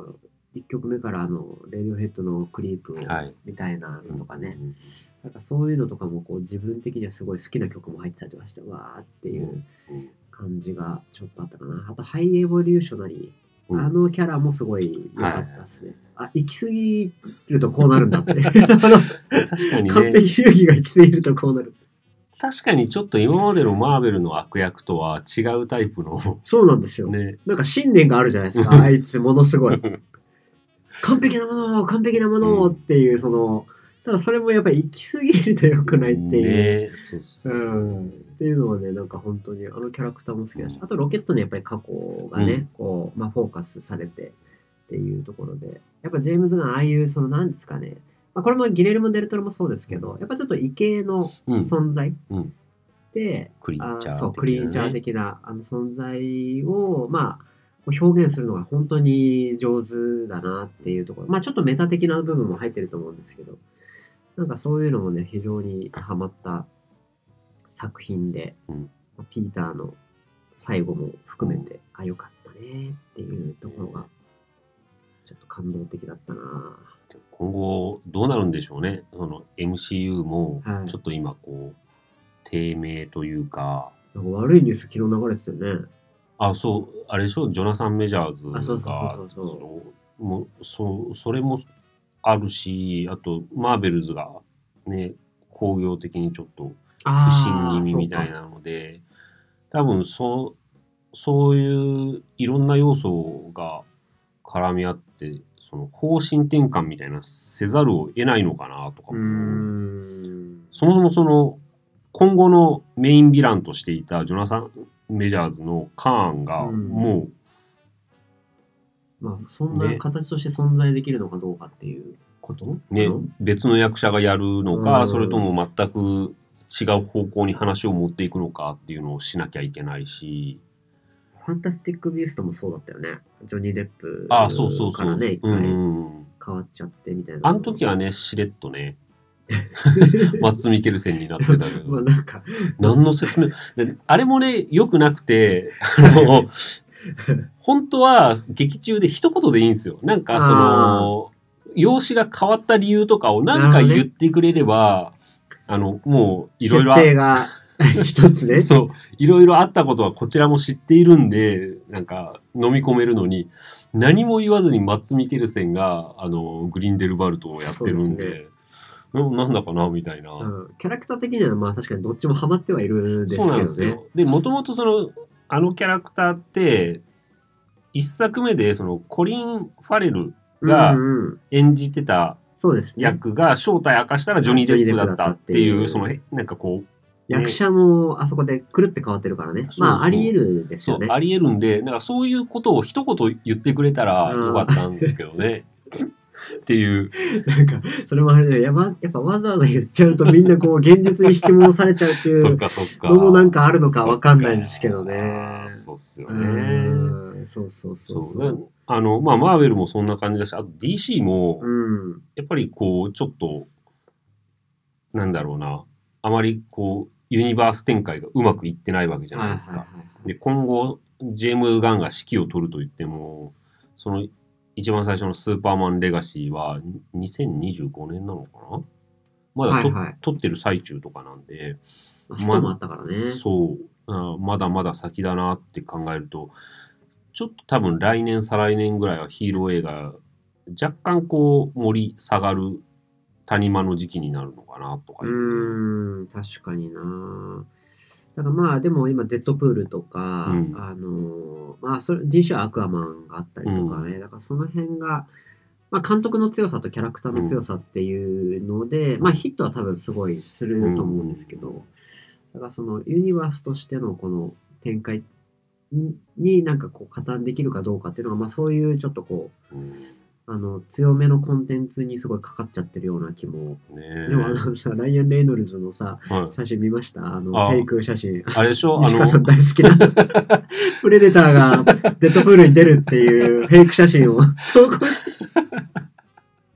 Speaker 1: いっきょくめからあのレディオヘッドのクリープを
Speaker 2: はい
Speaker 1: みたいなのとかね、
Speaker 2: うん
Speaker 1: なんかそういうのとかもこう自分的にはすごい好きな曲も入ってたりとかしてわーっていう
Speaker 2: うん
Speaker 1: 感じがちょっとあったかな。あとハイエボリューショナリー、
Speaker 2: うん
Speaker 1: あのキャラもすごい良かったですね。あ、行き過ぎるとこうなるんだって。あの
Speaker 2: 確かに
Speaker 1: 完
Speaker 2: ね、
Speaker 1: 璧主義が行き過ぎるとこうなる。
Speaker 2: 確かにちょっと今までのマーベルの悪役とは違うタイプの
Speaker 1: そうなんですよ。
Speaker 2: ね。
Speaker 1: なんか信念があるじゃないですか、あいつものすごい。完璧なものを、完璧なものをっていう、その、ただそれもやっぱり行き過ぎると良くないっていう。
Speaker 2: ね、そうそう。
Speaker 1: うん。っていうのはね、なんか本当にあのキャラクターも好きだし、あとロケットのやっぱり過去がね、
Speaker 2: うん
Speaker 1: こう、まあフォーカスされてっていうところで、やっぱジェームズがああいう、そのなんですかね、まあ、これもギレルモ・デルトロもそうですけど、やっぱちょっと異形の存在
Speaker 2: うん
Speaker 1: で、
Speaker 2: クリーチャー的なね
Speaker 1: あそう、クリーチャー的なあの存在を、まあ、表現するのが本当に上手だなっていうところ。まあちょっとメタ的な部分も入ってると思うんですけど、なんかそういうのもね、非常にハマった作品で、
Speaker 2: うん
Speaker 1: ピーターの最後も含めて、あ、よかったねっていうところが、ちょっと感動的だったな。
Speaker 2: 今後どうなるんでしょうね。その エムシーユー も
Speaker 1: はい
Speaker 2: ちょっと今こう低迷というか、
Speaker 1: なんか悪いニュース昨日流れてたよね。
Speaker 2: あ、そう、あれでしょ、ジョナサン・メジャーズ
Speaker 1: あ、そうそう
Speaker 2: が
Speaker 1: そうそうそ
Speaker 2: そうもうそうそれもあるし、あとマーベルズがね工業的にちょっと不振気味みたいなので、多分そうそういういろんな要素が絡み合ってその方針転換みたいなせざるを得ないのかなとか
Speaker 1: う。うー
Speaker 2: も、
Speaker 1: ん。
Speaker 2: そもそもその今後のメインヴィランとしていたジョナサン・メジャーズのカーンが
Speaker 1: うん
Speaker 2: も
Speaker 1: まあ、そんな
Speaker 2: ね
Speaker 1: 形として存在できるのかどうかっていうこと
Speaker 2: うね、
Speaker 1: うん
Speaker 2: 別の役者がやるのか、
Speaker 1: うん
Speaker 2: それとも全く違う方向に話を持っていくのかっていうのをしなきゃいけないし、
Speaker 1: ファンタスティック・ビーストもそうだったよね。ジョニー・デップ
Speaker 2: ああそうそうそう、
Speaker 1: からね、一
Speaker 2: うん
Speaker 1: 回
Speaker 2: うん、
Speaker 1: 変わっちゃってみたいな。
Speaker 2: あの時はねしれっとねマッツ・ミケルセンになってたけど、
Speaker 1: まあなんか、
Speaker 2: 何の説明であれもね良くなくて、あの本当は劇中で一言でいいんですよ。なんかその容姿が変わった理由とかを何か言ってくれれば、あのもういろいろ
Speaker 1: 設定が一つね。
Speaker 2: そういろいろあったことはこちらも知っているんで、なんか飲み込めるのに何も言わずにマッツ・ミケルセンがあのグリンデルバルトをやってるんで、うんなんだかなみたいな、
Speaker 1: うん、キャラクター的にはまあ確かにどっちもハマってはいるんですけ
Speaker 2: そうなん
Speaker 1: どね。
Speaker 2: ですよ。でもともとそのあのキャラクターって一作目でそのコリン・ファレルが
Speaker 1: うんうん、
Speaker 2: 演じてた
Speaker 1: そうですね。
Speaker 2: 役が正体明かしたらジョニー・デップだったっていう、
Speaker 1: ジョニーデップだったっていう
Speaker 2: そのなんかこう、ね、
Speaker 1: 役者もあそこでくるって変わってるからね。
Speaker 2: そうそう
Speaker 1: まああり得るですよね。
Speaker 2: そうあり得るんで、なんかそういうことを一言言ってくれたらよかったんですけどね。っていう。
Speaker 1: なんか、それもあれで、やばやっぱわざわざ言っちゃうとみんなこう現実に引き戻されちゃうってい
Speaker 2: そっ
Speaker 1: う
Speaker 2: かそっか。
Speaker 1: のもなんかあるのかわかんないんですけどね。
Speaker 2: そうっすよ
Speaker 1: う
Speaker 2: ね。
Speaker 1: んそうそうそう
Speaker 2: そ
Speaker 1: そうう。
Speaker 2: あの、まあ、マーベルもそんな感じだし、あと ディーシー も、
Speaker 1: うん。
Speaker 2: やっぱりこう、ちょっと、なんだろうな、あまりこう、ユニバース展開がうまくいってないわけじゃないですか。
Speaker 1: はいはいはい
Speaker 2: で、今後、ジェームズ・ガンが指揮を取ると言っても、その、一番最初のスーパーマンレガシーはにせんにじゅうごねんなのかなまだと、
Speaker 1: はいはい
Speaker 2: 撮ってる最中とかなんで、
Speaker 1: まあ、ストもあったからね。
Speaker 2: そうあ、まだまだ先だなって考えると、ちょっと多分来年再来年ぐらいはヒーロー映画若干こう盛り下がる谷間の時期になるのかなとか
Speaker 1: う
Speaker 2: いうね、
Speaker 1: ーん、確かにな。だからまあでも今デッドプールとか、
Speaker 2: うん
Speaker 1: あのまあそれ ディーシー はアクアマンがあったりとかね、だからその辺が、まあ、監督の強さとキャラクターの強さっていうので、まあヒットは多分すごいすると思うんですけど、だからそのユニバースとしてのこの展開になんかこう加担できるかどうかっていうのが、まあそういうちょっとこう、
Speaker 2: うん
Speaker 1: あの強めのコンテンツにすごいかかっちゃってるような気も。
Speaker 2: ね
Speaker 1: でもあのさ、ライアン・レイノルズのさ、
Speaker 2: はい、
Speaker 1: 写真見ましたあの、
Speaker 2: あ
Speaker 1: フェイク写真。
Speaker 2: あれでしょあ
Speaker 1: 西川さん
Speaker 2: の
Speaker 1: 大好きな。プレデターがデッドプールに出るっていうフェイク写真を投稿して。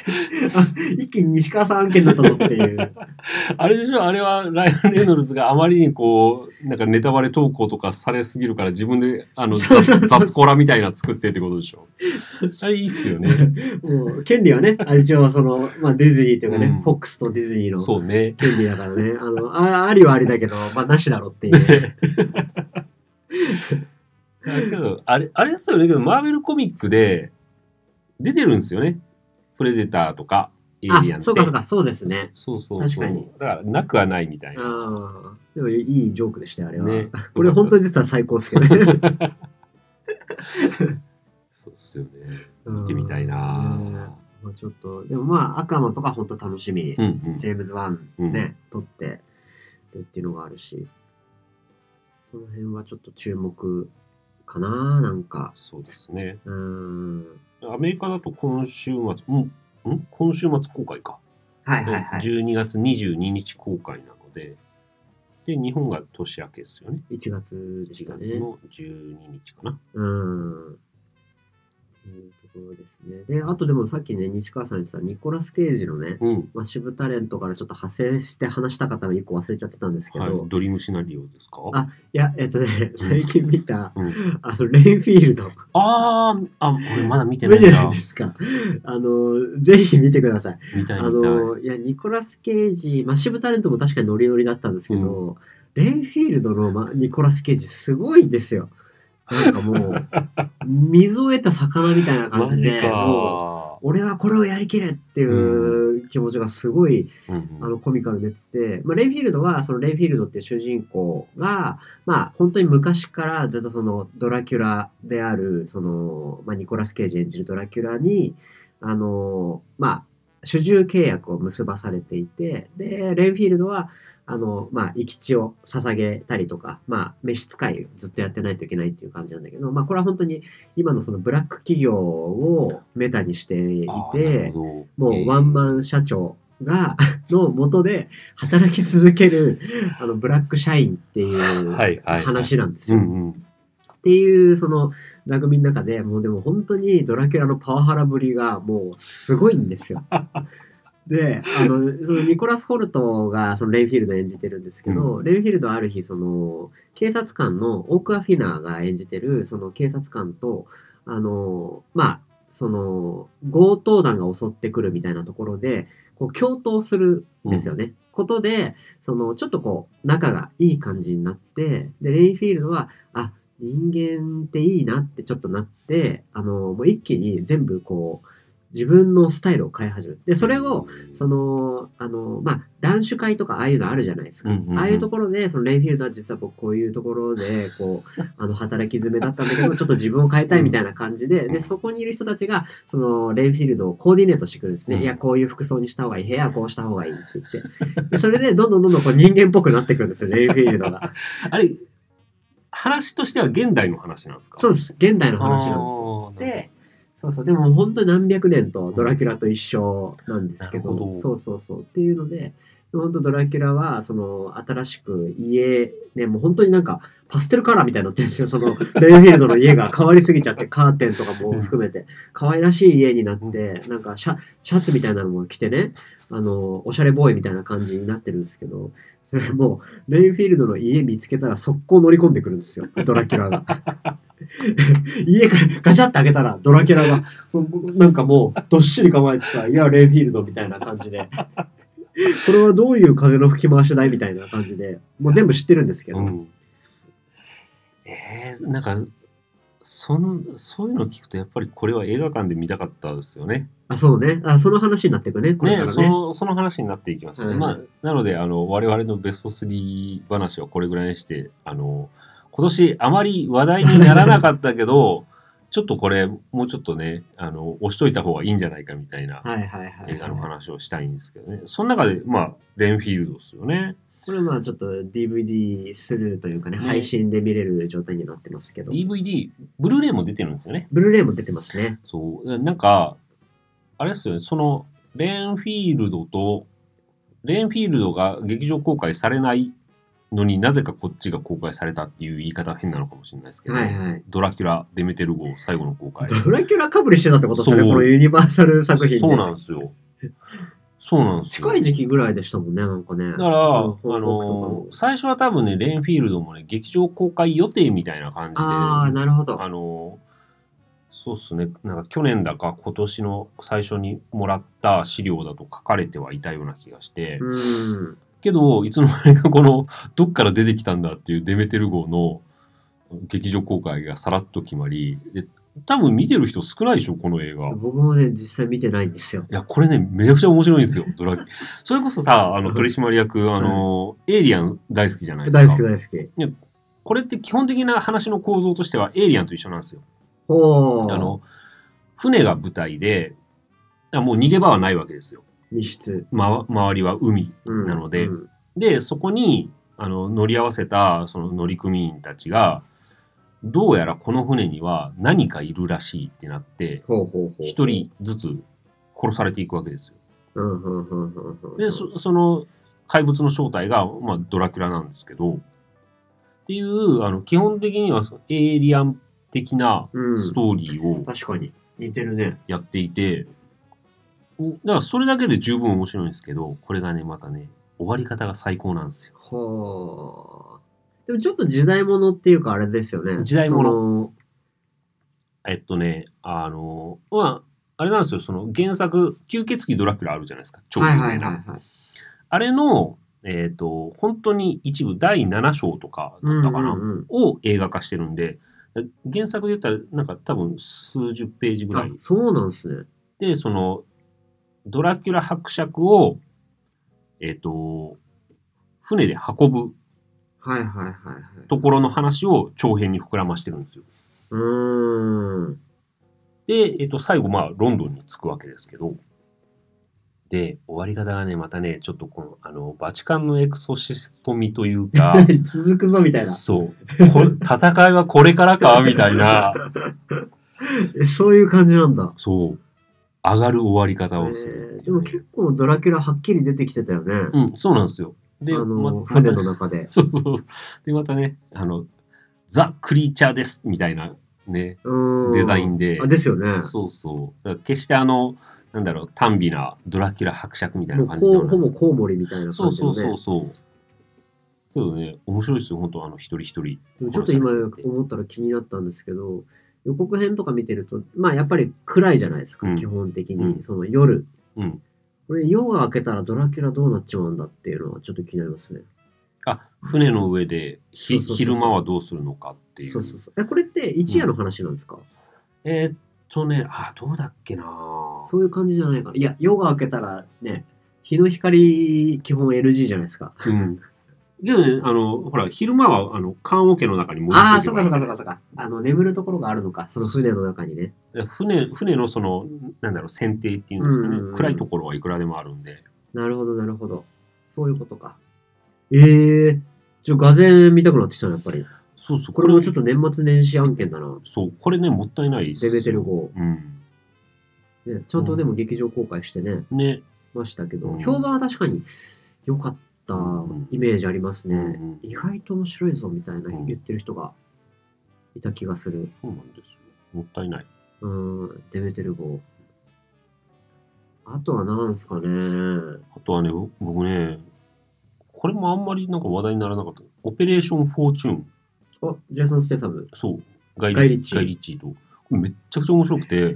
Speaker 1: 一気に西川さん案件だったぞっていう。
Speaker 2: あれでしょ、あれはライアン・レノルズがあまりにこう、なんかネタバレ投稿とかされすぎるから自分であの雑コラみたいな作ってってことでしょ。あれいいっすよね。
Speaker 1: もう権利はね、あれ一応その、まあ、ディズニーというかね、
Speaker 2: うん、
Speaker 1: フォックスとディズニーの
Speaker 2: そうね
Speaker 1: 権利だからね、あの、あ, ありはありだけど、まあ、なしだろっていう、ね。
Speaker 2: だけど、あれ、あれですよね、けど、マーベルコミックで出てるんですよね。プレデターとか、エイリアンって。
Speaker 1: あ、そうかそうか、そうですね。
Speaker 2: そうそうそう。確かに。だから、なくはないみたいな。
Speaker 1: ああ、でもいいジョークでしたよ、あれは。
Speaker 2: ね、
Speaker 1: これ本当に出たら最高ですけどね。
Speaker 2: そうっすよね。見てみたいな、ね、
Speaker 1: まあ、ちょっと、でもまあ、赤間とか本当楽しみ。うんうん、ジェームズ・ワンね、うん、撮ってるっていうのがあるし、その辺はちょっと注目かな、なんか。
Speaker 2: そうですね。
Speaker 1: うん。
Speaker 2: アメリカだと今週末、うん、ん今週末公開か。
Speaker 1: はいはいはい。
Speaker 2: じゅうにがつにじゅうににち公開なので、で、日本が年明けですよね。
Speaker 1: いちがつでしたね。
Speaker 2: いちがつのじゅうににちかな。
Speaker 1: うん。というところですね。で、あとでもさっきね、西川さんにさ、ニコラス・ケイジのね、うん、まあ、シブタレントからちょっと派生して話した方の一個忘れちゃってたんですけど、はい、
Speaker 2: ドリームシナリオですか？
Speaker 1: あ、いや、えっとね、最近見た、うん、あの、レインフィールド。
Speaker 2: あー、あ、これまだ見てないんだ。
Speaker 1: 見てないですか？あの、ぜひ見てください。
Speaker 2: 見たい見たい。
Speaker 1: あの、いや、ニコラス・ケイジ、まあ、シブタレントも確かにノリノリだったんですけど、うん、レインフィールドの、まあ、ニコラス・ケイジすごいんですよ。なんかもう、水を得た魚みたいな感じで、もう、俺はこれをやりきれっていう気持ちがすごい、うん、あの、コミカルに出てて、まあ、レインフィールドは、そのレインフィールドっていう主人公が、まあ、本当に昔からずっとその、ドラキュラである、その、まあ、ニコラス・ケイジ演じるドラキュラに、あの、まあ、主従契約を結ばされていて、で、レインフィールドは、あの、まあ、生き血を捧げたりとか、まあ、召使いずっとやってないといけないっていう感じなんだけど、まあ、これは本当に今のそのブラック企業をメタにしていて、もうワンマン社長が、の元で働き続ける、あの、ブラック社員っていう話なんですよ。っていう、その、座組の中で、もうでも本当にドラキュラのパワハラぶりがもうすごいんですよ。で、あの、そのニコラス・ホルトがそのレインフィールドを演じてるんですけど、うん、レインフィールドはある日、その、警察官のオーク・アフィナーが演じてる、その警察官と、あの、まあ、その、強盗団が襲ってくるみたいなところで、こう、共闘するんですよね。うん、ことで、その、ちょっとこう、仲がいい感じになって、で、レインフィールドは、あ、人間っていいなってちょっとなって、あの、もう一気に全部こう、自分のスタイルを変え始める。で、それを、その、あの、まあ、男子会とかああいうのあるじゃないですか。うんうんうん、ああいうところで、そのレインフィールドは実はこうこういうところで、こう、あの、働き詰めだったんだけど、ちょっと自分を変えたいみたいな感じで、で、そこにいる人たちが、その、レインフィールドをコーディネートしてくるんですね。うん、いや、こういう服装にした方がいい。部屋はこうした方がいいって言って。で、それで、どんどんどんどんこう人間っぽくなってくるんですよ、レインフィールドが。
Speaker 2: あれ、話としては現代の話なんですか？
Speaker 1: そうです。現代の話なんですよ。で、そうそう。でも本当に何百年とドラキュラと一緒なんですけど、うん、そうそうそう。っていうので、本当ドラキュラは、その、新しく家、ね、もう本当になんか、パステルカラーみたいになってるんですよ。その、レインフィールドの家が変わりすぎちゃって、カーテンとかも含めて、可愛らしい家になって、なんかシャ、シャツみたいなのも着てね、あの、おしゃれボーイみたいな感じになってるんですけど、それもう、レインフィールドの家見つけたら速攻乗り込んでくるんですよ。ドラキュラが。家がガチャって開けたらドラキュラが、なんかもう、どっしり構えてさ、いや、レインフィールドみたいな感じで。これはどういう風の吹き回しだいみたいな感じで、もう全部知ってるんですけど。うん、
Speaker 2: えー、なんか、そん、そういうのを聞くと、やっぱりこれは映画館で見たかったですよね。
Speaker 1: あ、そうね。あ、その話になっていくね。これからね。
Speaker 2: ね、その、その話になっていきますよね。うん、まあ、なので、あの、我々のベストスリー話はこれぐらいにして、あの、今年あまり話題にならなかったけど、ちょっとこれ、もうちょっとね、あの、押しといた方がいいんじゃないかみたいな映画の話をしたいんですけどね。その中で、まあ、レインフィールドですよね。
Speaker 1: これはまあちょっと ディーブイディー スルーというかね、ね配信で見れる状態になってますけど。
Speaker 2: ディーブイディー、ブルーレイも出てるんですよね。
Speaker 1: ブルーレイも出てますね。
Speaker 2: そう。なんか、あれですよね、その、レインフィールドと、レインフィールドが劇場公開されないのになぜかこっちが公開されたっていう言い方は変なのかもしれないですけど、はいはい、ドラキュラ・デメテル号最後の公開。
Speaker 1: ドラキュラかぶりしてたってことですね、このユニバーサル作品で。
Speaker 2: そうなんですよ。 そうなんですよ。
Speaker 1: 近い時期ぐらいでしたもんね、なんかね。
Speaker 2: だから、あ
Speaker 1: その報告とか
Speaker 2: の
Speaker 1: も
Speaker 2: 最初は多分ね、レンフィールドもね、劇場公開予定みたいな感じで、
Speaker 1: ああ、なるほど。
Speaker 2: あのそうっすね、なんか去年だか今年の最初にもらった資料だと書かれてはいたような気がして、
Speaker 1: うん。
Speaker 2: けど、いつの間にかこの、どっから出てきたんだっていうデメテル号の劇場公開がさらっと決まり、で多分見てる人少ないでしょ、この映画。い
Speaker 1: 僕もね、実際見てないんですよ。
Speaker 2: や、これね、めちゃくちゃ面白いんですよ、ドラそれこそさ、あの、取締役、あの、エイリアン大好きじゃないですか。
Speaker 1: 大好き大好き。
Speaker 2: これって基本的な話の構造としてはエイリアンと一緒なんですよ。
Speaker 1: おー。
Speaker 2: あの、船が舞台で、もう逃げ場はないわけですよ。
Speaker 1: 密室。
Speaker 2: ま、周りは海
Speaker 1: うん
Speaker 2: なので。
Speaker 1: うん
Speaker 2: で、そこに、あの、乗り合わせた、その乗組員たちが、どうやらこの船には何かいるらしいってなって、
Speaker 1: ほうほうほうほう。
Speaker 2: 一人ずつ殺されていくわけですよ。
Speaker 1: うんうんうんうんうん。
Speaker 2: で、そその怪物の正体が、まあ、ドラキュラなんですけど、っていう、あの、基本的にはそのエイリアン的なストーリーを
Speaker 1: 確かに。似てるね。
Speaker 2: やっていて、だからそれだけで十分面白いんですけど、これがね、またね、終わり方が最高なんですよ。
Speaker 1: はあ。でもちょっと時代物っていうかあれですよね。
Speaker 2: 時代物
Speaker 1: その
Speaker 2: えっとね、あの、まあ、あれなんですよ、その原作、吸血鬼ドラキュラあるじゃないですか、超有
Speaker 1: はい
Speaker 2: 名な。
Speaker 1: はいはいはい。
Speaker 2: あれの、えっと、本当に一部だいなな章とかだったかな、
Speaker 1: うんうんうん
Speaker 2: を映画化してるんで、原作で言ったら、なんか多分数十ページぐらい。
Speaker 1: あ、そうなんですね。
Speaker 2: で、その、ドラキュラ伯爵を、えっと、船で運ぶ
Speaker 1: はいはいはいはい。
Speaker 2: ところの話を長編に膨らましてるんですよ。
Speaker 1: うーん。
Speaker 2: で、えっと、最後、まあ、ロンドンに着くわけですけど、で、終わり方がね、またね、ちょっとこの、あの、バチカンのエクソシスト味というか、
Speaker 1: 続くぞみたいな。
Speaker 2: そう、これ戦いはこれからかみたいな、
Speaker 1: えそういう感じなんだ。
Speaker 2: そう、上がる終わり方をするっていうね、
Speaker 1: えーでも結構ドラキュラはっきり出てきてたよね。
Speaker 2: うん、そうなんですよ。で、
Speaker 1: あの、
Speaker 2: まま
Speaker 1: 船
Speaker 2: た
Speaker 1: の中で。
Speaker 2: そうそう。で、またね、あの、ザ・クリーチャーですみたいなね、
Speaker 1: うーん
Speaker 2: デザインで
Speaker 1: あ、ですよね。
Speaker 2: そうそう。だから決してあの、なんだろう、短美なドラキュラ伯爵みたい
Speaker 1: もう
Speaker 2: な感じで
Speaker 1: こうほぼ
Speaker 2: はないです。
Speaker 1: コウモリみたいな
Speaker 2: そうそう
Speaker 1: 感じのね。
Speaker 2: そうそう。けどね、面白いですよ、本当あの、一人一人。
Speaker 1: でもちょっと今思ったら気になったんですけど、予告編とか見てると、まあやっぱり暗いじゃないですか、
Speaker 2: うん
Speaker 1: 基本的に。
Speaker 2: うん
Speaker 1: その夜。
Speaker 2: うん。
Speaker 1: これ夜が明けたらドラキュラどうなっちまうんだっていうのはちょっと気になりますね。
Speaker 2: あ、船の上でひ
Speaker 1: そうそうそうそう
Speaker 2: 昼間はどうするのかっていう。
Speaker 1: そうそうそう。え、これって一夜の話なんですか、
Speaker 2: えーっとね、あ、どうだっけな
Speaker 1: そういう感じじゃないかな。いや、夜が明けたらね、日の光基本 エヌジー じゃないですか。
Speaker 2: うん。けどね、あの、ほら、昼間は、あの、棺桶の中に戻って
Speaker 1: ああ、そっかそっかそっかそっか。あの、眠るところがあるのか。その船の中にね。
Speaker 2: 船、船のその、なんだろう、船底っていうんですかね、
Speaker 1: うんうんうん
Speaker 2: 暗いところはいくらでもあるんで。
Speaker 1: なるほど、なるほど。そういうことか。ええー。ちょ、画像見たくなってきたな、やっぱり。
Speaker 2: そうそう、
Speaker 1: これもちょっと年末年始案件だな。
Speaker 2: そう、これね、もったいないですよ。
Speaker 1: デベテル号。
Speaker 2: うん。
Speaker 1: ね、ちゃんとでも劇場公開してね、
Speaker 2: ね。
Speaker 1: ましたけど、
Speaker 2: うん
Speaker 1: 評判は確かに良かったイメージありますね。
Speaker 2: うんうん
Speaker 1: 意外と面白いぞみたいな
Speaker 2: うん
Speaker 1: 言ってる人がいた気がする。
Speaker 2: そうなんですよ。もったいない。
Speaker 1: うーん、デメテル号。あとは何すかね。
Speaker 2: あとはね、僕ね、これもあんまりなんか話題にならなかった。オペレーションフォーチューン。
Speaker 1: あ、ジェイソン・ステイサム。
Speaker 2: そう。ガイ
Speaker 1: ガイリッチー
Speaker 2: ガイリッチーと。これめっちゃくちゃ面白くて。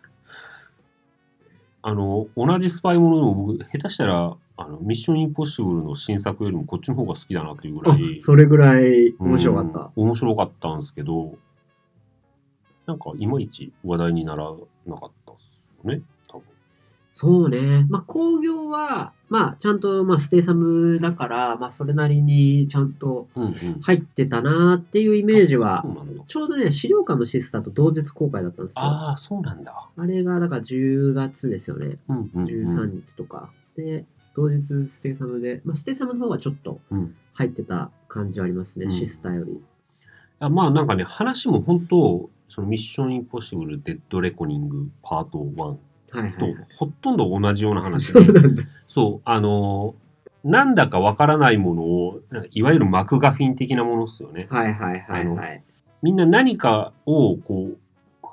Speaker 2: あの、同じスパイものでも僕、下手したら、あの、ミッションインポッシブルの新作よりもこっちの方が好きだなっていうぐら
Speaker 1: あ
Speaker 2: い。、
Speaker 1: それぐらい面白かった。
Speaker 2: うん面白かったんですけど、なんかいまいち話題にならなかったっすよね、多分。
Speaker 1: そうね。まあ、興行は、まあ、ちゃんと、まあ、ステイサムだから、まあ、それなりにちゃんと
Speaker 2: うんうん。
Speaker 1: 入ってたなっていうイメージは
Speaker 2: そう、なんだ。
Speaker 1: ちょうどね、資料館のシスターと同日公開だったんですよ。あ
Speaker 2: ああ、そうなんだ。
Speaker 1: れが、だからじゅうがつですよね。
Speaker 2: うんうん、うん。
Speaker 1: じゅうさんにちとか。で、同日ステイサムで、まあ、ステイサムの方がちょっと
Speaker 2: うん
Speaker 1: 入ってた感じはありますね、
Speaker 2: うん
Speaker 1: シスターより。
Speaker 2: あまあなんかね、話も本当、そのミッションインポッシブルデッドレコニングパートワン
Speaker 1: はいはい、
Speaker 2: と
Speaker 1: はい。
Speaker 2: ほとんど同じような話で、
Speaker 1: そうなんだ。
Speaker 2: そう、あのーなんだかわからないものを、なんかいわゆるマクガフィン的なものっすよね。
Speaker 1: はいはいはいはい。
Speaker 2: みんな何かをこう、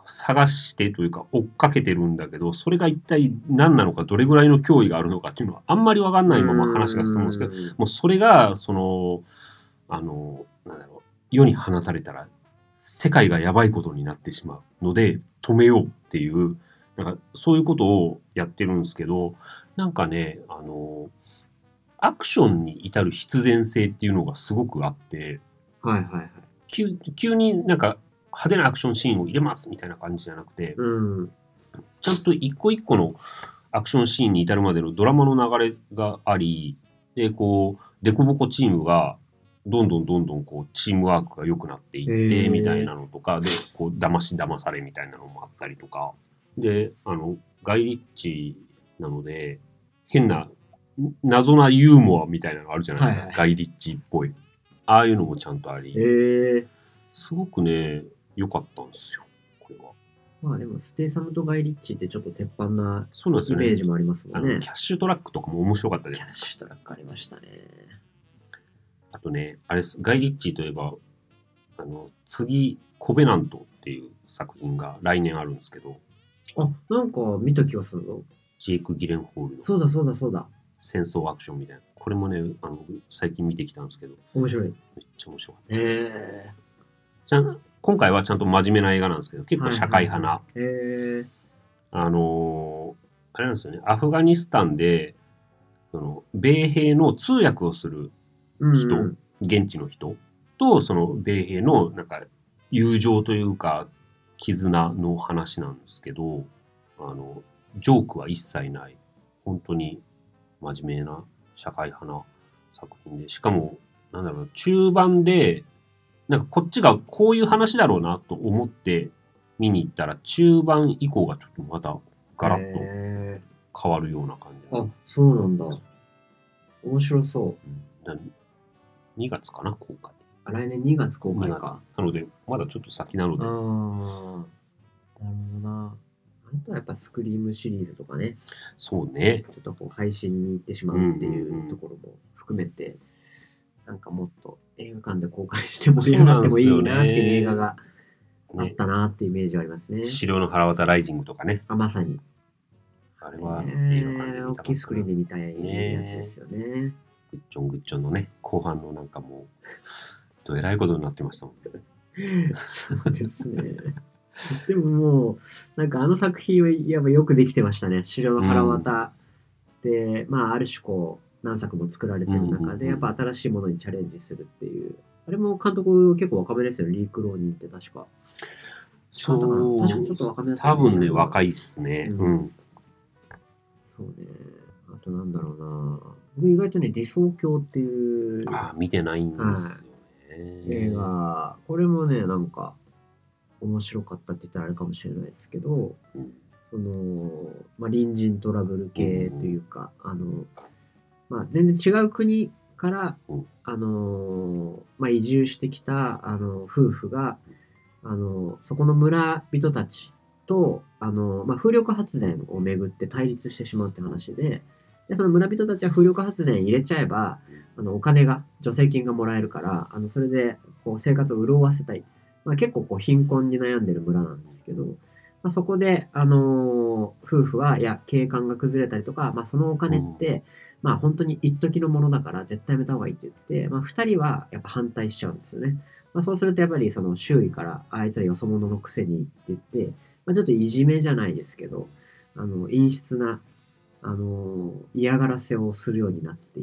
Speaker 2: 探してというか追っかけてるんだけど、それが一体何なのか、どれぐらいの脅威があるのかっていうのはあんまり分かんないまま話が進むんですけど、もうそれがそのあのなんだろう、世に放たれたら世界がやばいことになってしまうので止めようっていう、なんかそういうことをやってるんですけど、なんかね、あのアクションに至る必然性っていうのがすごくあって、
Speaker 1: はいはいはい。
Speaker 2: 急急になんか派手なアクションシーンを入れますみたいな感じじゃなくて、
Speaker 1: うん。
Speaker 2: ちゃんと一個一個のアクションシーンに至るまでのドラマの流れがあり、で、こう、デコボコチームが、どんどんどんどんこう、チームワークが良くなっていって、
Speaker 1: へー
Speaker 2: みたいなのとか、で、こう、騙し騙されみたいなのもあったりとか、で、あの、ガイ・リッチーなので、変な、ん謎なユーモアみたいなのあるじゃないですか。
Speaker 1: はいはい
Speaker 2: ガイ・リッチーっぽい。ああいうのもちゃんとあり、
Speaker 1: へえ。
Speaker 2: すごくね、良かったんですよ、これは。
Speaker 1: まあでも、ステイサムとガイ・リッチーってちょっと鉄板な
Speaker 2: そうなんですよね。
Speaker 1: イメージもありますもんね。
Speaker 2: あのキャッシュトラックとかも面白かったじゃないですか。
Speaker 1: キャッシュトラックありましたね。
Speaker 2: あとね、あれです、ガイ・リッチーといえば、あの、次、コベナントっていう作品が来年あるんですけど、
Speaker 1: あ、なんか見た気がするぞ。
Speaker 2: ジェイク・ギレンホールの
Speaker 1: そうだそうだそうだ。
Speaker 2: 戦争アクションみたいな。これもね、あの最近見てきたんですけど、
Speaker 1: 面白い。
Speaker 2: めっちゃ面白かった。
Speaker 1: へえ。
Speaker 2: ちゃん今回はちゃんと真面目な映画なんですけど、結構社会派な、
Speaker 1: へえ。
Speaker 2: あのーあれなんですよね、アフガニスタンで、その米兵の通訳をする
Speaker 1: うん
Speaker 2: 人、
Speaker 1: うん。
Speaker 2: 現地の人と、その米兵のなんか友情というか、絆の話なんですけど、あの、ジョークは一切ない、本当に真面目な社会派な作品で、しかも、なんだろう、中盤で、なんかこっちがこういう話だろうなと思って見に行ったら、中盤以降がちょっとまたガラッと
Speaker 1: へ
Speaker 2: 変わるような感じ
Speaker 1: ーあ
Speaker 2: の、、
Speaker 1: そうなんだ。面白そう。
Speaker 2: うんなにがつかな、公開。
Speaker 1: あ来年にがつ公開
Speaker 2: にがつ。
Speaker 1: か。
Speaker 2: なので、まだちょっと先なので、
Speaker 1: ああ、なるほどな。あとはやっぱスクリームシリーズとかね、
Speaker 2: そうね。
Speaker 1: ちょっとこう配信に行ってしまうってい
Speaker 2: うんうんうん
Speaker 1: うところも含めて、なんかもっと映画館で公開して盛り上がってもいいなっていう映画があっ
Speaker 2: ね、
Speaker 1: たなっていうイメージはありますね。
Speaker 2: 資料の腹渡ライジングとかね。
Speaker 1: あ、まさに。
Speaker 2: あれは
Speaker 1: ね
Speaker 2: 映画館で見たかったな。
Speaker 1: 大きいスクリーンで見たいやつですよね。
Speaker 2: グッチョングッチョンのね、後半のなんかもう、どえらいことになってましたもんね。
Speaker 1: そうですね。でももう、なんかあの作品はやっぱよくできてましたね。城の腹渡で、まあある種こう、何作も作られてる中で、
Speaker 2: うんうんうん
Speaker 1: やっぱ新しいものにチャレンジするっていう。あれも監督結構若めですよね、リー・クローニンって確か。
Speaker 2: そう、
Speaker 1: 確かにちょっと若めだった
Speaker 2: 多分ね、若
Speaker 1: い。
Speaker 2: いっすね。
Speaker 1: う
Speaker 2: うんん。
Speaker 1: そうね。あとなんだろうな。僕意外とね、理想郷っていう
Speaker 2: ああ、見てないんですよ
Speaker 1: 映
Speaker 2: ね。
Speaker 1: 画、これもね、なんか面白かったって言ったらあれかもしれないですけど、
Speaker 2: うん
Speaker 1: その、まあ、隣人トラブル系というか、あの、まあ、全然違う国から、
Speaker 2: うん
Speaker 1: あの、まあ、移住してきた、あの、夫婦が、あの、そこの村人たちと、あの、まあ、風力発電をめぐって対立してしまうって話で、で、その村人たちは風力発電入れちゃえば、あの、お金が、助成金がもらえるから、あの、それで、こう、生活を潤わせたい。まあ、結構、こう、貧困に悩んでる村なんですけど、まあ、そこで、あのー夫婦は、いや、景観が崩れたりとか、まあ、そのお金って、まあ、本当に一時のものだから、絶対やめた方がいいって言って、まあ、二人は、やっぱ反対しちゃうんですよね。まあ、そうすると、やっぱり、その、周囲から、あいつらよそ者のくせにって言って、まあ、ちょっといじめじゃないですけど、あの、陰湿な、あのー嫌がらせをするようになっていって、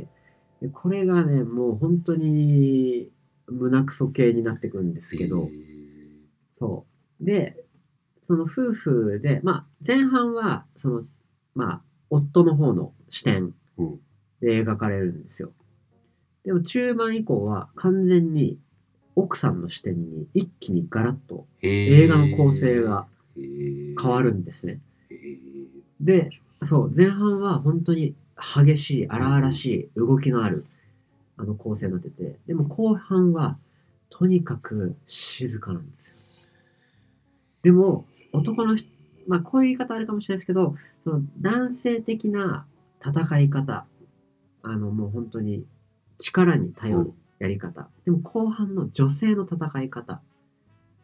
Speaker 1: でこれがね、もう本当に胸クソ系になってくるんですけど、そう。で、その夫婦で、まあ、前半は、その、まあ、夫の方の視点
Speaker 2: うん
Speaker 1: で描かれるんですよ。でも中盤以降は完全に奥さんの視点に一気にガラッと映画の構成が変わるんですね。で、そう、前半は本当に激しい、荒々しい動きのあるあの構成になってて、でも後半はとにかく静かなんですよ。でも、男の人、まあこういう言い方あるかもしれないですけど、その男性的な戦い方、あのもう本当に力に頼るやり方、でも後半の女性の戦い方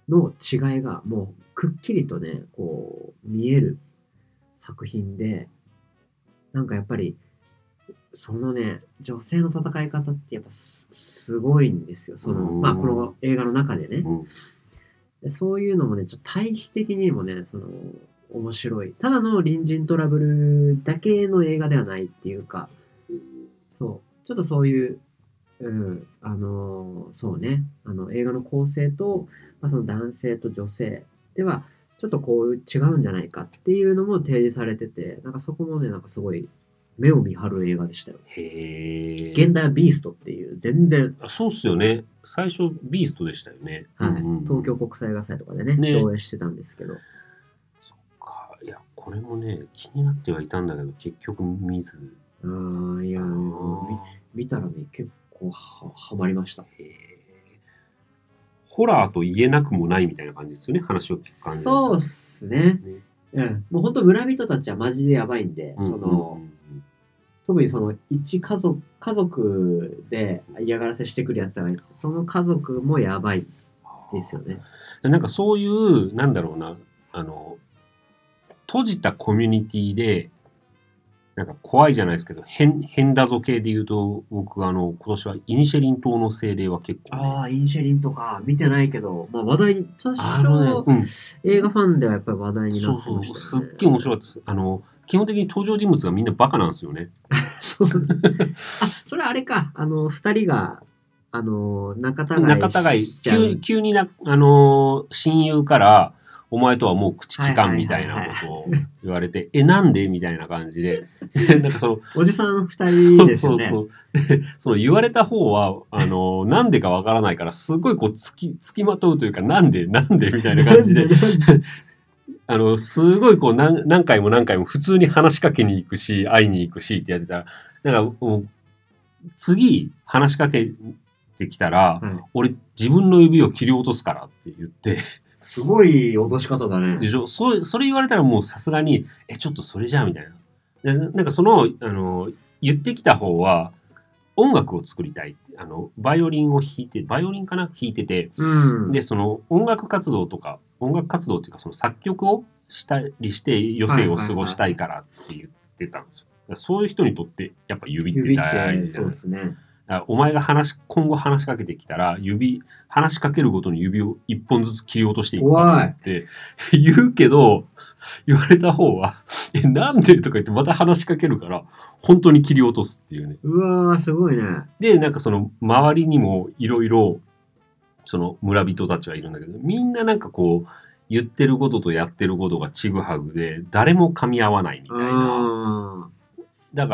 Speaker 1: の違いがもうくっきりとね、こう見える作品で、なんかやっぱり、そのね、女性の戦い方ってやっぱすすごいんですよ。その、まあこの映画の中でね。
Speaker 2: うん、
Speaker 1: でそういうのもね、ちょっと対比的にもね、その、面白い。ただの隣人トラブルだけの映画ではないっていうか、そう、ちょっとそういう、うん、あのーそうね、あの、映画の構成と、まあ、その男性と女性では、ちょっとこう違うんじゃないかっていうのも提示されてて、なんかそこもね、なんかすごい目を見張る映画でしたよ。
Speaker 2: へえ。
Speaker 1: 現代はビーストっていう、全然、
Speaker 2: そうっすよね。最初ビーストでしたよね。
Speaker 1: はい、
Speaker 2: うんうんうん
Speaker 1: 東京国際映画祭とかでね、
Speaker 2: ね
Speaker 1: 上映してたんですけど、
Speaker 2: そっか。いや、これもね、気になってはいたんだけど、結局見ず。
Speaker 1: あーいや、見見たらね、結構ははまりました。
Speaker 2: へえ。ホラーと言えなくもないみたいな感じですよね。話を聞く感じだと。
Speaker 1: そうっすね。
Speaker 2: ね。
Speaker 1: うん。もう本当村人たちはマジでやばいんで、
Speaker 2: うんうんうん
Speaker 1: その、特にその一家族、家族で嫌がらせしてくるやつがいるんです。その家族もやばいですよね。
Speaker 2: なんかそういう、なんだろうな、あの、閉じたコミュニティで、なんか怖いじゃないですけど、変、変だぞ系で言うと、僕あの、今年はイニシェリン島の精霊は結構、ね、
Speaker 1: ああ、インシェリンとか見てないけど、まあ話題に、多
Speaker 2: あのね、
Speaker 1: 少、
Speaker 2: うん。
Speaker 1: 映画ファンではやっぱり話題にな
Speaker 2: そう
Speaker 1: ってま
Speaker 2: そう、
Speaker 1: したよね。
Speaker 2: すっげえ面白かったです。あの、基本的に登場人物がみんなバカなんですよね。
Speaker 1: そうあ、それあれか、あの、二人が、あの、仲違い
Speaker 2: 仲違い、
Speaker 1: しちゃう
Speaker 2: 急急にな、あのー親友から、お前とはもう口聞かんみたいなことを言われて、え、なんでみたいな感じで、なんかその、
Speaker 1: おじさん二人ですよね。
Speaker 2: そうそうそう。で、その言われた方は、あのーなんでかわからないから、すごいこう、つき、つきまとうというか、なんで、なんでみたいな感じで、あの、すごいこう何、何回も何回も普通に話しかけに行くし、会いに行くしってやってたら、なんかもう、次話しかけてきたら、
Speaker 1: はい、
Speaker 2: 俺自分の指を切り落とすからって言って、
Speaker 1: すごい脅し方だね。
Speaker 2: でしょ、それ、それ言われたらもうさすがに、え、ちょっとそれじゃあみたいな。でなんかその、あの、言ってきた方は、音楽を作りたいって。あの、バイオリンを弾いて、バイオリンかな弾いてて、
Speaker 1: うん。
Speaker 2: で、その音楽活動とか、音楽活動っていうか、その作曲をしたりして余生を過ごしたいからって言ってたんですよ。だからそういう人にとって、やっぱ指って
Speaker 1: 指っ
Speaker 2: 大
Speaker 1: て、そう
Speaker 2: 事じゃない
Speaker 1: ですね。
Speaker 2: お前が話し、今後話しかけてきたら、指、話しかけるごとに指を一本ずつ切り落としていくからって言うけど、言われた方は、え、なんでとか言ってまた話しかけるから、本当に切り落とすっていうね。
Speaker 1: うわー、すごいね。
Speaker 2: で、なんかその周りにもいろいろ、その村人たちはいるんだけど、みんななんかこう、言ってることとやってることがちぐはぐで、誰も噛み合わないみたいな。だから、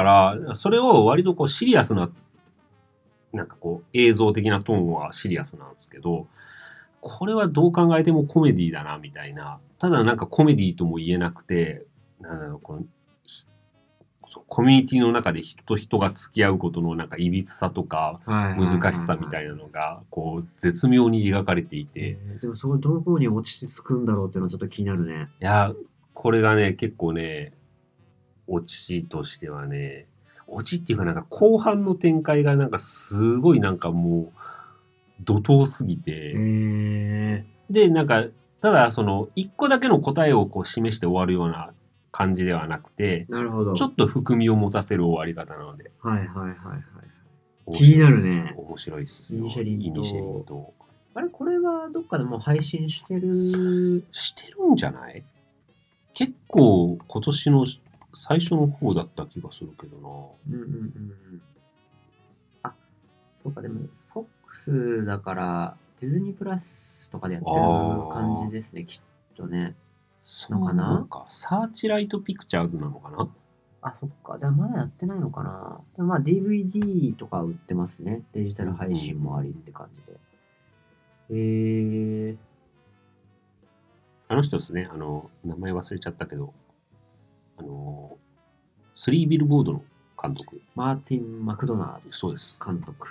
Speaker 2: それを割とこうシリアスな、なんかこう映像的なトーンはシリアスなんですけど、これはどう考えてもコメディだなみたいな。ただなんかコメディとも言えなくて、なんだろう、この、コミュニティの中で人と人が付き合うことのなんかいびつさとか難しさみたいなのがこう絶妙に描かれていて、
Speaker 1: えーでもそこどこに落ち着くんだろうっていうのはちょっと気になるね。
Speaker 2: いやこれがね結構ねオチとしてはね、オチっていうかなんか後半の展開がなんかすごいなんかもう怒涛すぎて、
Speaker 1: えー、
Speaker 2: でなんかただその一個だけの答えをこう示して終わるような感じではなくて、
Speaker 1: なるほど。
Speaker 2: ちょっと含みを持たせる終わり方なので、
Speaker 1: はいはいはいはい。気になるね。
Speaker 2: 面白いっすよ。
Speaker 1: イニシェリンと。
Speaker 2: イニシェリンと。
Speaker 1: あれこれはどっかでもう配信してる
Speaker 2: してるんじゃない？結構今年の最初の方だった気がするけどな。
Speaker 1: うんうんうんうん。あ、そうかでも、フォックスだからディズニープラスとかでやってる感じですね、きっとね。
Speaker 2: そうかな？サーチライトピクチャーズなのかな？
Speaker 1: あ、そっか。だまだやってないのかな。でもまあ ディーブイディー とか売ってますね。デジタル配信もありって感じで。へ、えー。
Speaker 2: あの人ですね。あの、名前忘れちゃったけど、あの、スリービルボードの監督。
Speaker 1: マーティン・マクドナード。
Speaker 2: そうです。
Speaker 1: 監督。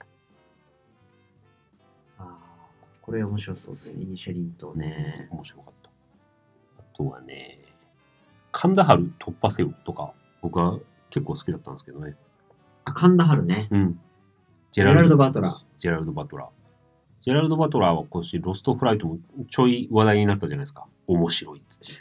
Speaker 1: ああ、これ面白そうですね。イニシェリンとね。
Speaker 2: 面白かった。あとはね、カンダハル突破せよとか、僕は結構好きだったんですけどね。
Speaker 1: あ、カンダハルね。
Speaker 2: うん。
Speaker 1: ジェラルド・バトラー。
Speaker 2: ジェラルド・バトラー。 ジェラルド・バトラーは今年ロストフライトもちょい話題になったじゃないですか。面白いっつって。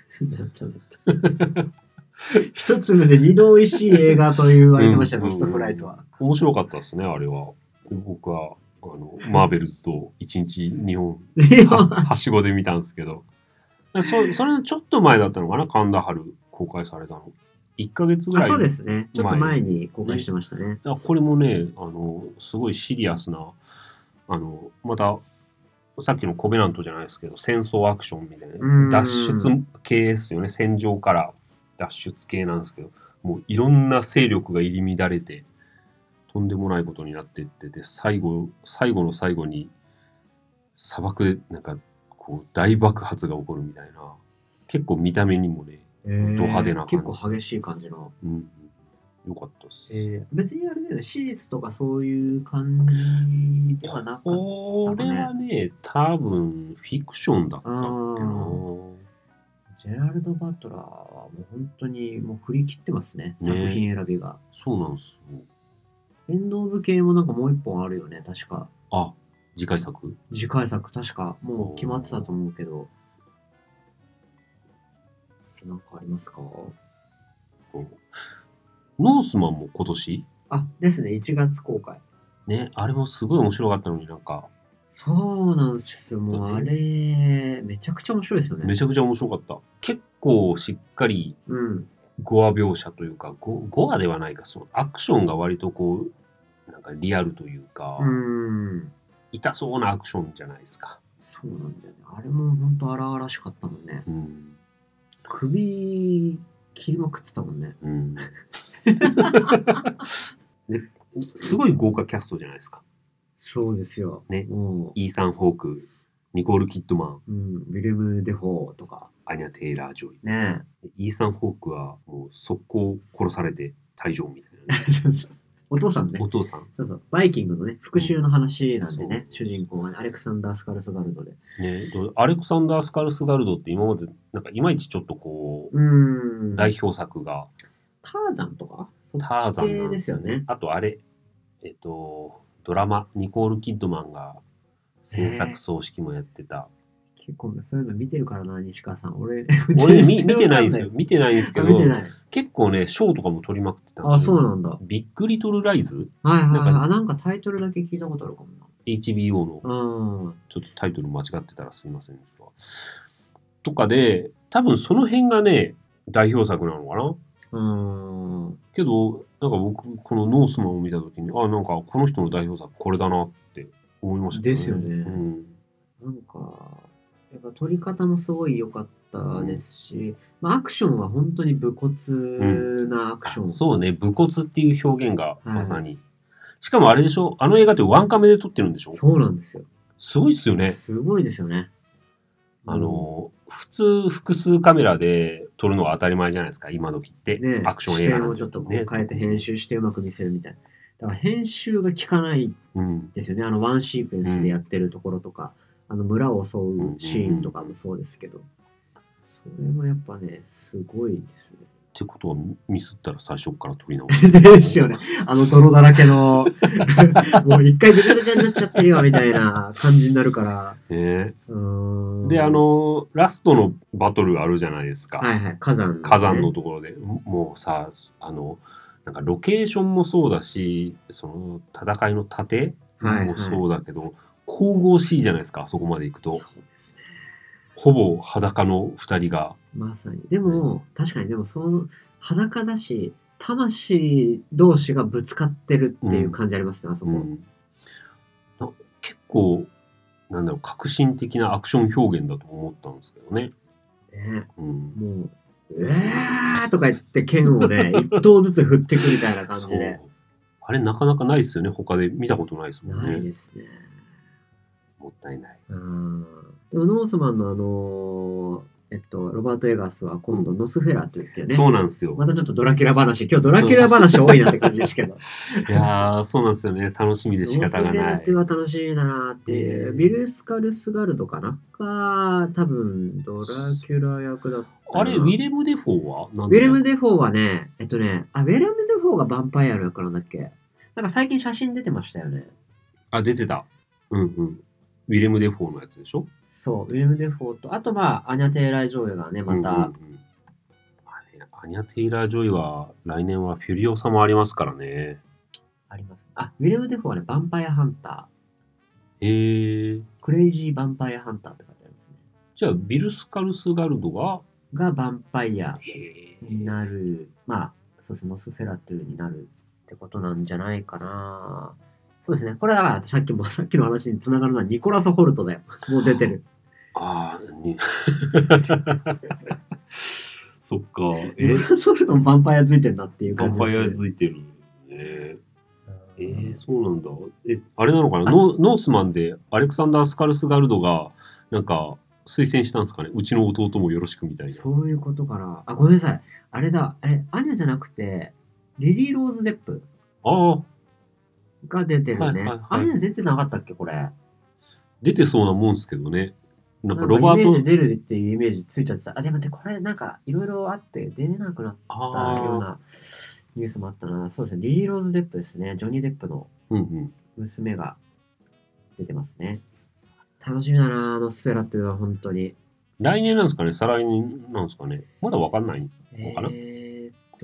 Speaker 1: 一粒で二度美味しい映画と言われてましたね、ロストフライトは。
Speaker 2: 面白かったですね、あれは。僕はあのマーベルズと一日日本ははしごで見たんですけど、そそれのちょっと前だったのかな、神田春公開されたの。いっかげつぐらい。
Speaker 1: あ、そうですね。ちょっと前に公開してましたね。
Speaker 2: ね、これもね、あのすごいシリアスな、あのまたさっきのコベナントじゃないですけど、戦争アクションみたいな脱出系ですよね。戦場から脱出系なんですけど、もういろんな勢力が入り乱れてとんでもないことになっていってて、最後最後の最後に砂漠でなんかこう大爆発が起こるみたいな、結構見た目にもね、
Speaker 1: えー、
Speaker 2: ド派手な感じ、
Speaker 1: 結構激しい感じの、
Speaker 2: うん、よかったです、
Speaker 1: えー、別にあれだよね、史実とかそういう感じではなかった、ね、
Speaker 2: これはね多分フィクションだったっけな。
Speaker 1: ジェラルド・バトラーはもう本当にもう振り切ってますね、作品選びが。
Speaker 2: そうなんですよ。
Speaker 1: エンド・オブ系もなんかもう一本あるよね、確か。
Speaker 2: あ、次回作
Speaker 1: 次回作、確かもう決まってたと思うけど。なんかありますか？
Speaker 2: ノースマンも今年？
Speaker 1: あ、ですね、いちがつ公開。
Speaker 2: ね、あれもすごい面白かったのになんか。
Speaker 1: そうなんですよ、もうあれ、めちゃくちゃ面白いですよね。
Speaker 2: めちゃくちゃ面白かった。結構しっかり、ゴア描写というか、ゴ, ゴアではないか、そのアクションが割とこう、なんかリアルというか、
Speaker 1: うん
Speaker 2: 痛そうなアクションじゃないですか。
Speaker 1: そうなんだよね。あれも本当荒々しかったもんね。うん、首切りまくってたもんね。うん
Speaker 2: ですごい豪華キャストじゃないですか。
Speaker 1: そうですよ。
Speaker 2: ね。イーサン・ホーク、ニコール・キッドマン、
Speaker 1: うん、ウィレム・デフォーとか、
Speaker 2: アニャ・テイラー・ジョイ。
Speaker 1: ね
Speaker 2: イーサン・ホークはもう速攻殺されて退場みたいな、ね。
Speaker 1: お父さんね。
Speaker 2: お父さん。
Speaker 1: そうそう。バイキングのね、復讐の話なんでね、うん、主人公は、ね、アレクサンダー・スカルスガルドで。
Speaker 2: ね、アレクサンダー・スカルスガルドって今まで、なんかいまいちちょっとこう、うん代表作が。
Speaker 1: ターザンとか
Speaker 2: ターザン
Speaker 1: なんですよね。
Speaker 2: あとあれ、えっと、ドラマ、ニコール・キッドマンが制作総指揮もやってた。
Speaker 1: 結構そういうの見てるからな、西川さん。俺、
Speaker 2: 俺見見てないんですよ。見てないんですけど、結構ね、賞とかも取りまくってたん
Speaker 1: ですよ。あ、そうなんだ。
Speaker 2: ビッグ・リトル・ライズ？
Speaker 1: はいはいはい。なんか、あ、なんかタイトルだけ聞いたことあるかもな。
Speaker 2: エイチビーオー の、ちょっとタイトル間違ってたらすいませんですが。とかで、多分その辺がね、代表作なのかな。うんけど、なんか僕、このノースマンを見たときに、あ、なんかこの人の代表作これだなって思いましたね。
Speaker 1: ですよね。うん、なんか、やっぱ撮り方もすごい良かったですし、うんまあ、アクションは本当に武骨なアクション。
Speaker 2: うん、そうね、武骨っていう表現がまさに。はい、しかもあれでしょ、あの映画ってワンカメで撮ってるんでしょ？
Speaker 1: そうなんですよ。
Speaker 2: すごいっすよね。
Speaker 1: すごいですよね。
Speaker 2: あの、うん、普通複数カメラで撮るのが当たり前じゃないですか、今時って。ね、アクション映画
Speaker 1: をちょっとこう変えて編集してうまく見せるみたいな。だから編集が効かないですよね。うん、あのワンシークエンスでやってるところとか、うん、あの村を襲うシーンとかもそうですけど、それもやっぱね、すごいですね。
Speaker 2: ってことはミスったら最初から撮り直す。
Speaker 1: ですよね。あの泥だらけの、もう一回ぐちゃぐちゃになっちゃってるよみたいな感じになるから。
Speaker 2: ね、で、あの、ラストのバトルあるじゃないですか。
Speaker 1: はいはい、火山、ね。
Speaker 2: 火山のところで。もうさ、あの、なんかロケーションもそうだし、その戦いの盾もそうだけど、はいはい、神々しいじゃないですか、あそこまで行くと。そうですね。ほぼ裸の二人が。
Speaker 1: まさに。でも、うん、確かにでもその裸だし、魂同士がぶつかってるっていう感じありますね、うん、あそこ、
Speaker 2: うん。結構、なんだろう、革新的なアクション表現だと思ったんですけどね。
Speaker 1: ね、うん、もう、うわーとか言って剣をね、一刀ずつ振ってくみたいな感じで。
Speaker 2: あれなかなかないですよね、他で見たことないですもんね。
Speaker 1: ないですね。
Speaker 2: もったいない。
Speaker 1: うんでもノースマンのあのー、えっと、ロバート・エガースは今度ノスフェラって言ってね、うん。そうなんですよ。またちょっとドラキュラ話。今日ドラキュラ話多いなって感じですけど。
Speaker 2: いやー、そうなんですよね。楽しみで仕方がない。ノスフェラって
Speaker 1: は楽しみだなっていう。ビル・スカルスガルドかなが、多分ドラキュラ役だった
Speaker 2: あれ、ウィレム・デフォーは
Speaker 1: 何ウィレム・デフォーはね、えっとね、あ、ウィレム・デフォーがヴァンパイアの役なんだっけ？なんか最近写真出てましたよね。
Speaker 2: あ、出てた。うんうん。 ウィレム・デフォーのやつでしょ。
Speaker 1: そう、ウィレム・デフォーと、あとまあ、アニャ・テイラー・ジョイがね、また、
Speaker 2: うんうんうんアニャ・テイラー・ジョイは来年はフュリオサもありますからね。
Speaker 1: あります。あ、ウィレム・デフォーはね、ヴァンパイア・ハンタ
Speaker 2: へえ。
Speaker 1: ー、クレイジー・ヴァンパイア・ハンターって書いてあるんですね。
Speaker 2: じゃあ、ビル・スカルスガルドが、
Speaker 1: がヴァンパイア
Speaker 2: へ
Speaker 1: になる、まあ、そうです、ノスフェラトゥになるってことなんじゃないかな。そうですね。これはさっきも、さっきの話につながるのはニコラス・ホルトだよ。もう出てる。
Speaker 2: ああ、に。そっか。
Speaker 1: ニコラス・ホルトもヴァンパイアついてるなっていう
Speaker 2: ヴァンパイア
Speaker 1: 感じです。
Speaker 2: ついてるね。えー、そうなんだ。え、あれなのかなノノースマンでアレクサンダー・スカルスガルドが、なんか、推薦したんですかねうちの弟もよろしくみたいな。
Speaker 1: そういうことかな。あ、ごめんなさい。あれだ。あれ、アニャじゃなくて、リリー・ローズ・デップ
Speaker 2: ああ、
Speaker 1: が出てるね。
Speaker 2: はいはいはい
Speaker 1: アニャ出てなかったっけこれ。
Speaker 2: 出てそうなもんですけどね。なんか
Speaker 1: なんか
Speaker 2: ロバート、
Speaker 1: イメージ出るっていうイメージついちゃってた。あ、でも待って、これなんかいろいろあって出れなくなったよう
Speaker 2: ああ、
Speaker 1: なニュースもあったな。そうですね。リリー・ローズ・デップですね。ジョニー・デップの
Speaker 2: うんうん。
Speaker 1: 娘が出てますね。楽しみだな、あのスペラトゥは本当に。
Speaker 2: 来年なんですかね再来年なんですかねまだわかんないのかな、
Speaker 1: えーっと、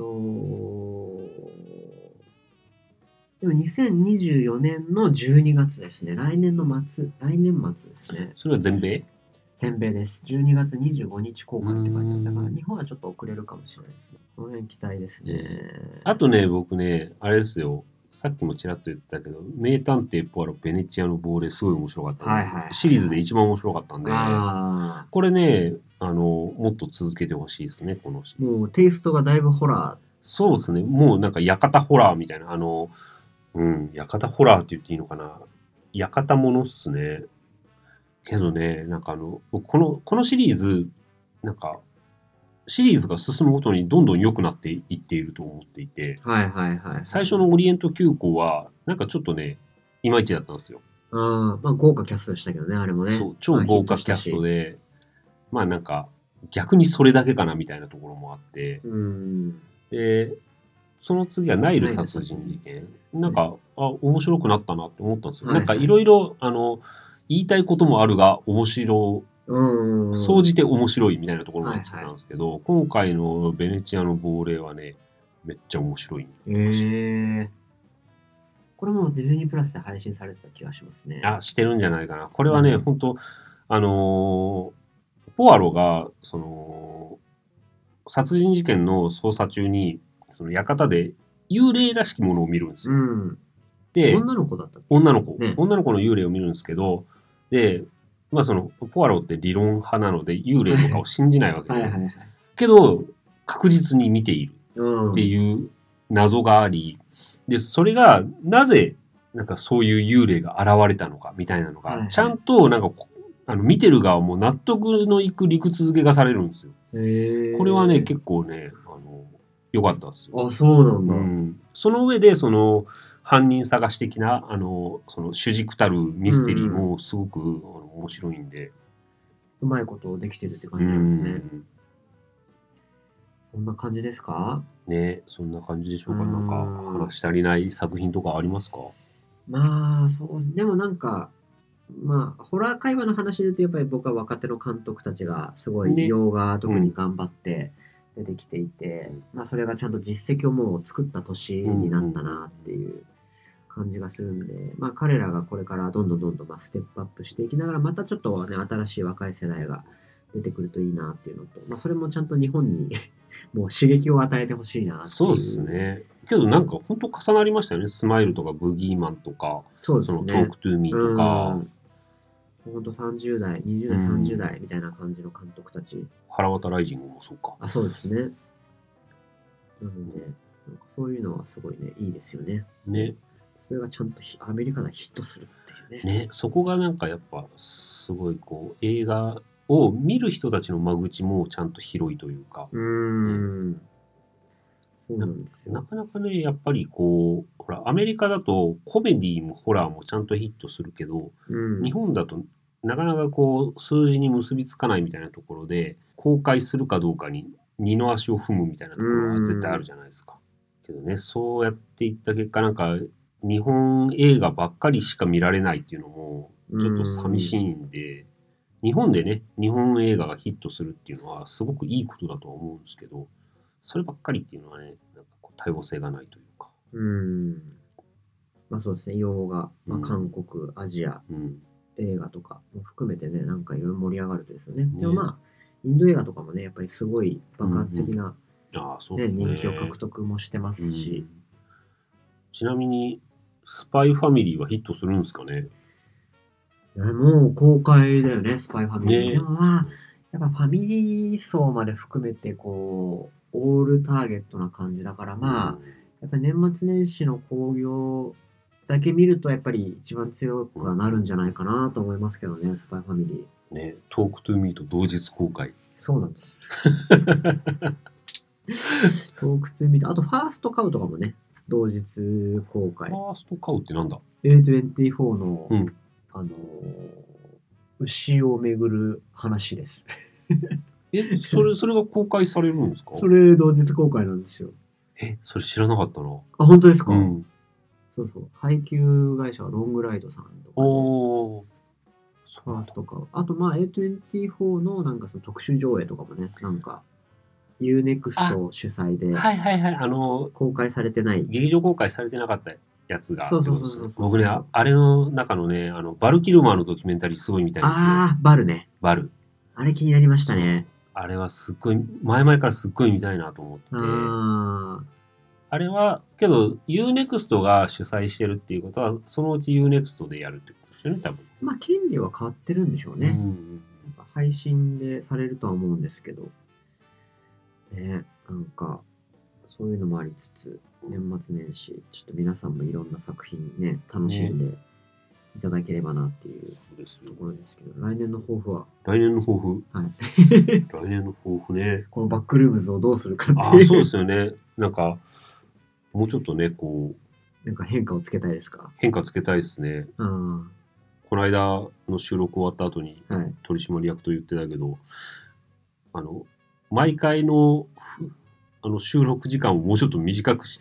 Speaker 1: でもにせんにじゅうよねんのじゅうにがつですね。来年の末、来年末ですね。
Speaker 2: それは全米
Speaker 1: 全米です。じゅうにがつにじゅうごにち公開って書いてある。
Speaker 2: うーん
Speaker 1: だから日本はちょっと遅れるかもしれないですね。この辺期待ですね。
Speaker 2: あとね、僕ね、あれですよ。さっきもちらっと言ったけど、名探偵ポアロ・ベネチアの亡霊すごい面白かったんで、
Speaker 1: はいはいはいはい
Speaker 2: シリーズで一番面白かったんで、
Speaker 1: あ
Speaker 2: これね、あの、もっと続けてほしいですね、このシ
Speaker 1: あ、
Speaker 2: リーズ。
Speaker 1: もうテイストがだいぶホラ
Speaker 2: そうですね。もうなんか、館ホラーみたいな、あの、うん、館ホラーって言っていいのかな。館ものっすね。けどね、なんかあの、この、このシリーズ、なんか、シリーズが進むごとにどんどん良くなっていっていると思っていて、
Speaker 1: ー。はいはいはい、はい。
Speaker 2: 最初のオリエント急行は、なんかちょっとね、いまいちだったんですよ。
Speaker 1: ああ、まあ豪華キャストでしたけどね、あれもね。
Speaker 2: そう、超豪華キャストで、まあなんか、逆にそれだけかなみたいなところもあって、
Speaker 1: うーん。
Speaker 2: で、その次はナイル殺人事件。なんか、あ、面白くなったなって思ったんですよ。
Speaker 1: はいはい
Speaker 2: なんかいろいろ、あの、言いたいこともあるが、面白、
Speaker 1: うーん。
Speaker 2: 総じて面白いみたいなところになってたんですけど、今回のベネチアの亡霊はね、めっちゃ面白い。
Speaker 1: ええー。これもディズニープラスで配信されてた気がしますね。
Speaker 2: あ、してるんじゃないかな。これはね、
Speaker 1: うん
Speaker 2: 本当あのーポアロが、その、殺人事件の捜査中に、その館で幽霊らしきものを見るんですよ。
Speaker 1: うん。
Speaker 2: で、
Speaker 1: 女の子だったっけ
Speaker 2: 女の子、
Speaker 1: ね
Speaker 2: 女の子の幽霊を見るんですけど、で、まあその、ポアロって理論派なので、幽霊とかを信じないわけで、
Speaker 1: はいはいはい。
Speaker 2: けど、確実に見ている
Speaker 1: うん。
Speaker 2: っていう謎があり、で、それが、なぜ、なんかそういう幽霊が現れたのか、みたいなのが、
Speaker 1: はいはい
Speaker 2: ちゃんと、なんかこ、あの、見てる側も納得のいく理屈付けがされるんですよ。
Speaker 1: へえ。
Speaker 2: これはね、結構ね、あの、良かったですよ。
Speaker 1: あ、そうなんだ。
Speaker 2: うん。その上で、その、犯人探し的な、あの、その主軸たるミステリーもすごく、あの面白いんで。
Speaker 1: うまいことできてるって感
Speaker 2: う
Speaker 1: じなんですね。
Speaker 2: ん。
Speaker 1: そんな感じですか
Speaker 2: ね、そんな感じでしょうか。
Speaker 1: うん
Speaker 2: なんか、話し足りない作品とかありますか？
Speaker 1: まあ、そう、でもなんか、まあ、ホラー会話の話で言うと、やっぱり僕は若手の監督たちが、すごい
Speaker 2: ね
Speaker 1: 洋画特に頑張って出てきていて、
Speaker 2: うん
Speaker 1: まあ、それがちゃんと実績をもう作った年になったなっていう感じがするんで、まあ、彼らがこれからどんどんどんどんまあステップアップしていきながら、またちょっとね、新しい若い世代が出てくるといいなっていうのと、まあ、それもちゃんと日本にもう刺激を与えてほしいなっていう。
Speaker 2: そうですね。けどなんか本当重なりましたよね。スマイルとかブギーマンとか、
Speaker 1: そうですね。
Speaker 2: そのトークトゥーミーとか、
Speaker 1: ほんとさんじゅう代、にじゅう代、さんじゅう代みたいな感じの監督たち。
Speaker 2: 腹渡ライジングもそうか。
Speaker 1: あ、そうですね。なので、なんかそういうのはすごいね、いいですよね。
Speaker 2: ね。
Speaker 1: それがちゃんとひアメリカでヒットするっていうね。
Speaker 2: ね、そこがなんかやっぱすごいこう映画を見る人たちの間口もちゃんと広いというか、
Speaker 1: うーん。そうなんです
Speaker 2: な
Speaker 1: よ。
Speaker 2: かなかね、やっぱりこう、ほら、アメリカだとコメディもホラーもちゃんとヒットするけど、
Speaker 1: うん。
Speaker 2: 日本だとなかなかこう数字に結びつかないみたいなところで、公開するかどうかに二の足を踏むみたいなところは絶対あるじゃないですか。けどね、そうやっていった結果なんか、日本映画ばっかりしか見られないっていうのも、 ちょっと寂しいんで、日本でね、日本映画がヒットするっていうのはすごくいいことだとは思うんですけど、そればっかりっていうのはね、なんかこう多様性がないというか。
Speaker 1: うん。まあそうですね、洋画、まあ、
Speaker 2: うん
Speaker 1: 韓国、アジア、
Speaker 2: うん。
Speaker 1: 映画とかも含めてね、なんかいろいろ盛り上がるとですよね。
Speaker 2: ね
Speaker 1: でもまあ、インド映画とかもね、やっぱりすごい爆発的な、
Speaker 2: ああ、そう
Speaker 1: ね
Speaker 2: ですね。
Speaker 1: 人気を獲得もしてますし、
Speaker 2: うんちなみに、スパイファミリーはヒットするんですかね。
Speaker 1: ねもう公開だよね、スパイファミリー。
Speaker 2: ね
Speaker 1: でもまあ、やっぱファミリー層まで含めて、こう、オールターゲットな感じだから、まあ、やっぱり年末年始の興行だけ見ると、やっぱり一番強くはなるんじゃないかなと思いますけどね、スパイファミリー。
Speaker 2: ね、トークトゥーミーと同日公開。
Speaker 1: そうなんです。トークトゥーミーと、あとファーストカウとかもね、同日公開。
Speaker 2: ファーストカウってなんだ
Speaker 1: エーにじゅうよん の、
Speaker 2: うん。
Speaker 1: あのー牛をめぐる話です。
Speaker 2: え、それ、それが公開されるんですか
Speaker 1: それ同日公開なんですよ。
Speaker 2: え、それ知らなかったな。
Speaker 1: あ、本当ですか、
Speaker 2: うん。
Speaker 1: そうそう。配給会社はロングライドさんとかで、
Speaker 2: おー。そ
Speaker 1: ファーストカウ。あと、まあ、エーにじゅうよん のなんかその特殊上映とかもね、なんか、ユーネクスト 主催で
Speaker 2: はいはいはい。あの、
Speaker 1: 公開されてない。
Speaker 2: 劇場公開されてなかったやつが。
Speaker 1: そうそうそうそう
Speaker 2: 僕ね、ああれの中のね、あの、バルキルマーのドキュメンタリーすごいみたいですよ。
Speaker 1: あー、バルね。
Speaker 2: バル。
Speaker 1: あれ気になりましたね。
Speaker 2: あれはすっごい、前々からすっごい見たいなと思ってて。
Speaker 1: あ
Speaker 2: あれは、けど、ユーネクスト が主催してるっていうことは、そのうち ユーネクスト でやるってことですよね、多分。
Speaker 1: ー。まあ、権利は変わってるんでしょうね。
Speaker 2: うん。
Speaker 1: なんか配信でされるとは思うんですけど。ね、なんか、そういうのもありつつ、年末年始、ちょっと皆さんもいろんな作品ね、楽しんでいただければなっていう
Speaker 2: そうですよ
Speaker 1: と。ころですけど、来年の抱負は、
Speaker 2: 来年の抱負。
Speaker 1: はい。
Speaker 2: 来年の抱負ね。
Speaker 1: このバックルームズをどうするかっていう。
Speaker 2: ああ、そうですよね。なんか、もうちょっとね、こう、
Speaker 1: なんか変化をつけたいですか？
Speaker 2: 変化つけたいですね。
Speaker 1: うん。
Speaker 2: この間の収録終わった後に
Speaker 1: はい。
Speaker 2: 取締役と言ってたけど、あの、毎回のふあの収録時間をもうちょっと短くして、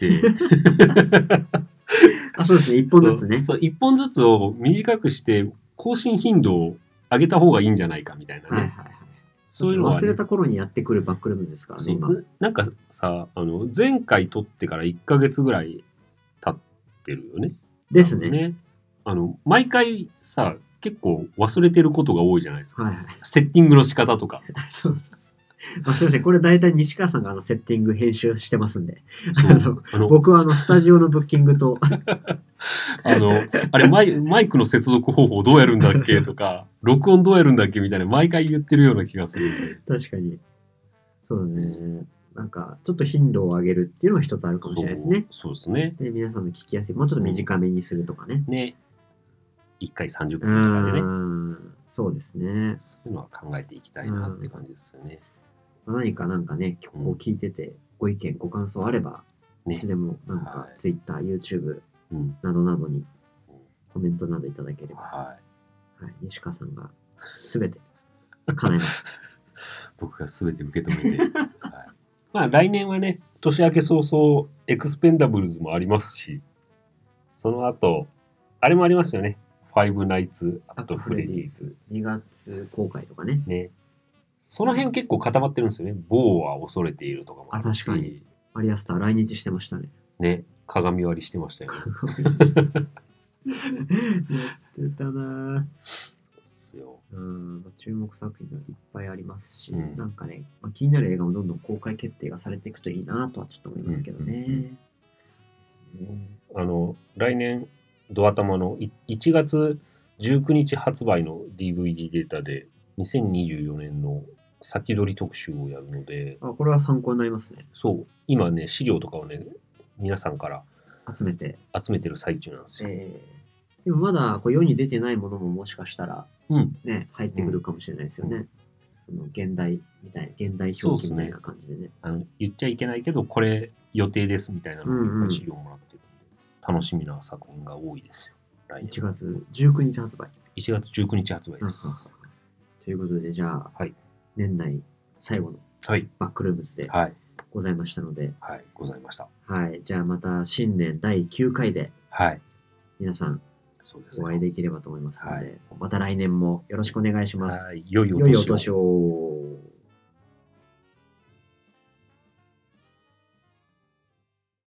Speaker 1: あ、そうですね。一本ずつね。
Speaker 2: そう、そう一本ずつを短くして、更新頻度を上げた方がいいんじゃないかみたいなね。
Speaker 1: はいはいはい。
Speaker 2: そういうのは、ね、
Speaker 1: 忘れた頃にやってくるバックルームズですからね、今。
Speaker 2: なんかさ、あの、前回撮ってからいっかげつぐらい経ってるよね。
Speaker 1: ですね。
Speaker 2: ね。あの、毎回さ、結構忘れてることが多いじゃないですか。
Speaker 1: はいはい。
Speaker 2: セッティングの仕方とか。
Speaker 1: そうまあ、すいません。これ大体西川さんがあのセッティング編集してますんで。
Speaker 2: そうあの
Speaker 1: 僕はあのスタジオのブッキングと
Speaker 2: あの、あれマイ、マイクの接続方法どうやるんだっけとか、録音どうやるんだっけみたいな毎回言ってるような気がするんで。
Speaker 1: 確かに。そうだね。なんか、ちょっと頻度を上げるっていうのが一つあるかもしれないですね。
Speaker 2: そう、そうですね。
Speaker 1: で、皆さんの聞きやすい。もうちょっと短めにするとかね。
Speaker 2: ね。いっかいさんじゅっ
Speaker 1: う
Speaker 2: ぷんとかでね。
Speaker 1: ん。そうですね。
Speaker 2: そういうのは考えていきたいなって感じですよね。
Speaker 1: 何かなんかね、ここを聞いてて、ご意見、ご感想あれば、
Speaker 2: ね
Speaker 1: いつでもなんか
Speaker 2: はい
Speaker 1: Twitter、YouTube
Speaker 2: うん。
Speaker 1: などなどにコメントなどいただければ、
Speaker 2: はい。
Speaker 1: はい、西川さんがすべて叶えます。
Speaker 2: 僕が全て受け止めて。はい、まあ来年はね、年明け早々、エクスペンダブルズもありますし、その後、あれもありますよね。ファイブナイツ・アット・フレディーズ。
Speaker 1: にがつ公開とかね。
Speaker 2: ね。その辺結構固まってるんですよね。某は恐れているとかもあるし。
Speaker 1: あ確かに。マリアスター来日してましたね。
Speaker 2: ね。鏡割りしてましたよね。
Speaker 1: やってたなぁ。
Speaker 2: ですよ。
Speaker 1: うん、まあ注目作品がいっぱいありますし、
Speaker 2: うん
Speaker 1: なんかね、まあ、気になる映画もどんどん公開決定がされていくといいなとはちょっと思いますけどね。
Speaker 2: うんうん
Speaker 1: ね
Speaker 2: あの、来年、ドア玉のいいちがつじゅうくにち発売の ディーブイディー データで、にせんにじゅうよねんの先取り特集をやるので、
Speaker 1: あ、これは参考になりますね。
Speaker 2: そう、今ね、資料とかをね、皆さんから
Speaker 1: 集めて。
Speaker 2: 集めてる最中なんですよ。
Speaker 1: えー、でもまだこう世に出てないものももしかしたら
Speaker 2: うん。
Speaker 1: ね、入ってくるかもしれないですよね。その現代みたいな、現代表記みたいな感じでね。
Speaker 2: あの言っちゃいけないけど、これ予定ですみたいなのをいっぱい資料もらってるんで、楽しみな作品が多いですよ。来年
Speaker 1: いちがつじゅうくにち発売。
Speaker 2: いちがつじゅうくにち発売
Speaker 1: うんうんうん
Speaker 2: です。
Speaker 1: ということで、じゃあ、
Speaker 2: はい
Speaker 1: 年内最後の
Speaker 2: はい。
Speaker 1: バックルームズで
Speaker 2: はい。
Speaker 1: ございましたので、
Speaker 2: はい。ございました。
Speaker 1: はい。じゃあまた新年だいきゅうかいで
Speaker 2: はい。
Speaker 1: 皆さん
Speaker 2: そうですよ。
Speaker 1: お会いできればと思いますので、
Speaker 2: はい
Speaker 1: また来年もよろしくお願いします。
Speaker 2: はい。良いお
Speaker 1: 良いお
Speaker 2: 年を。
Speaker 1: 年を。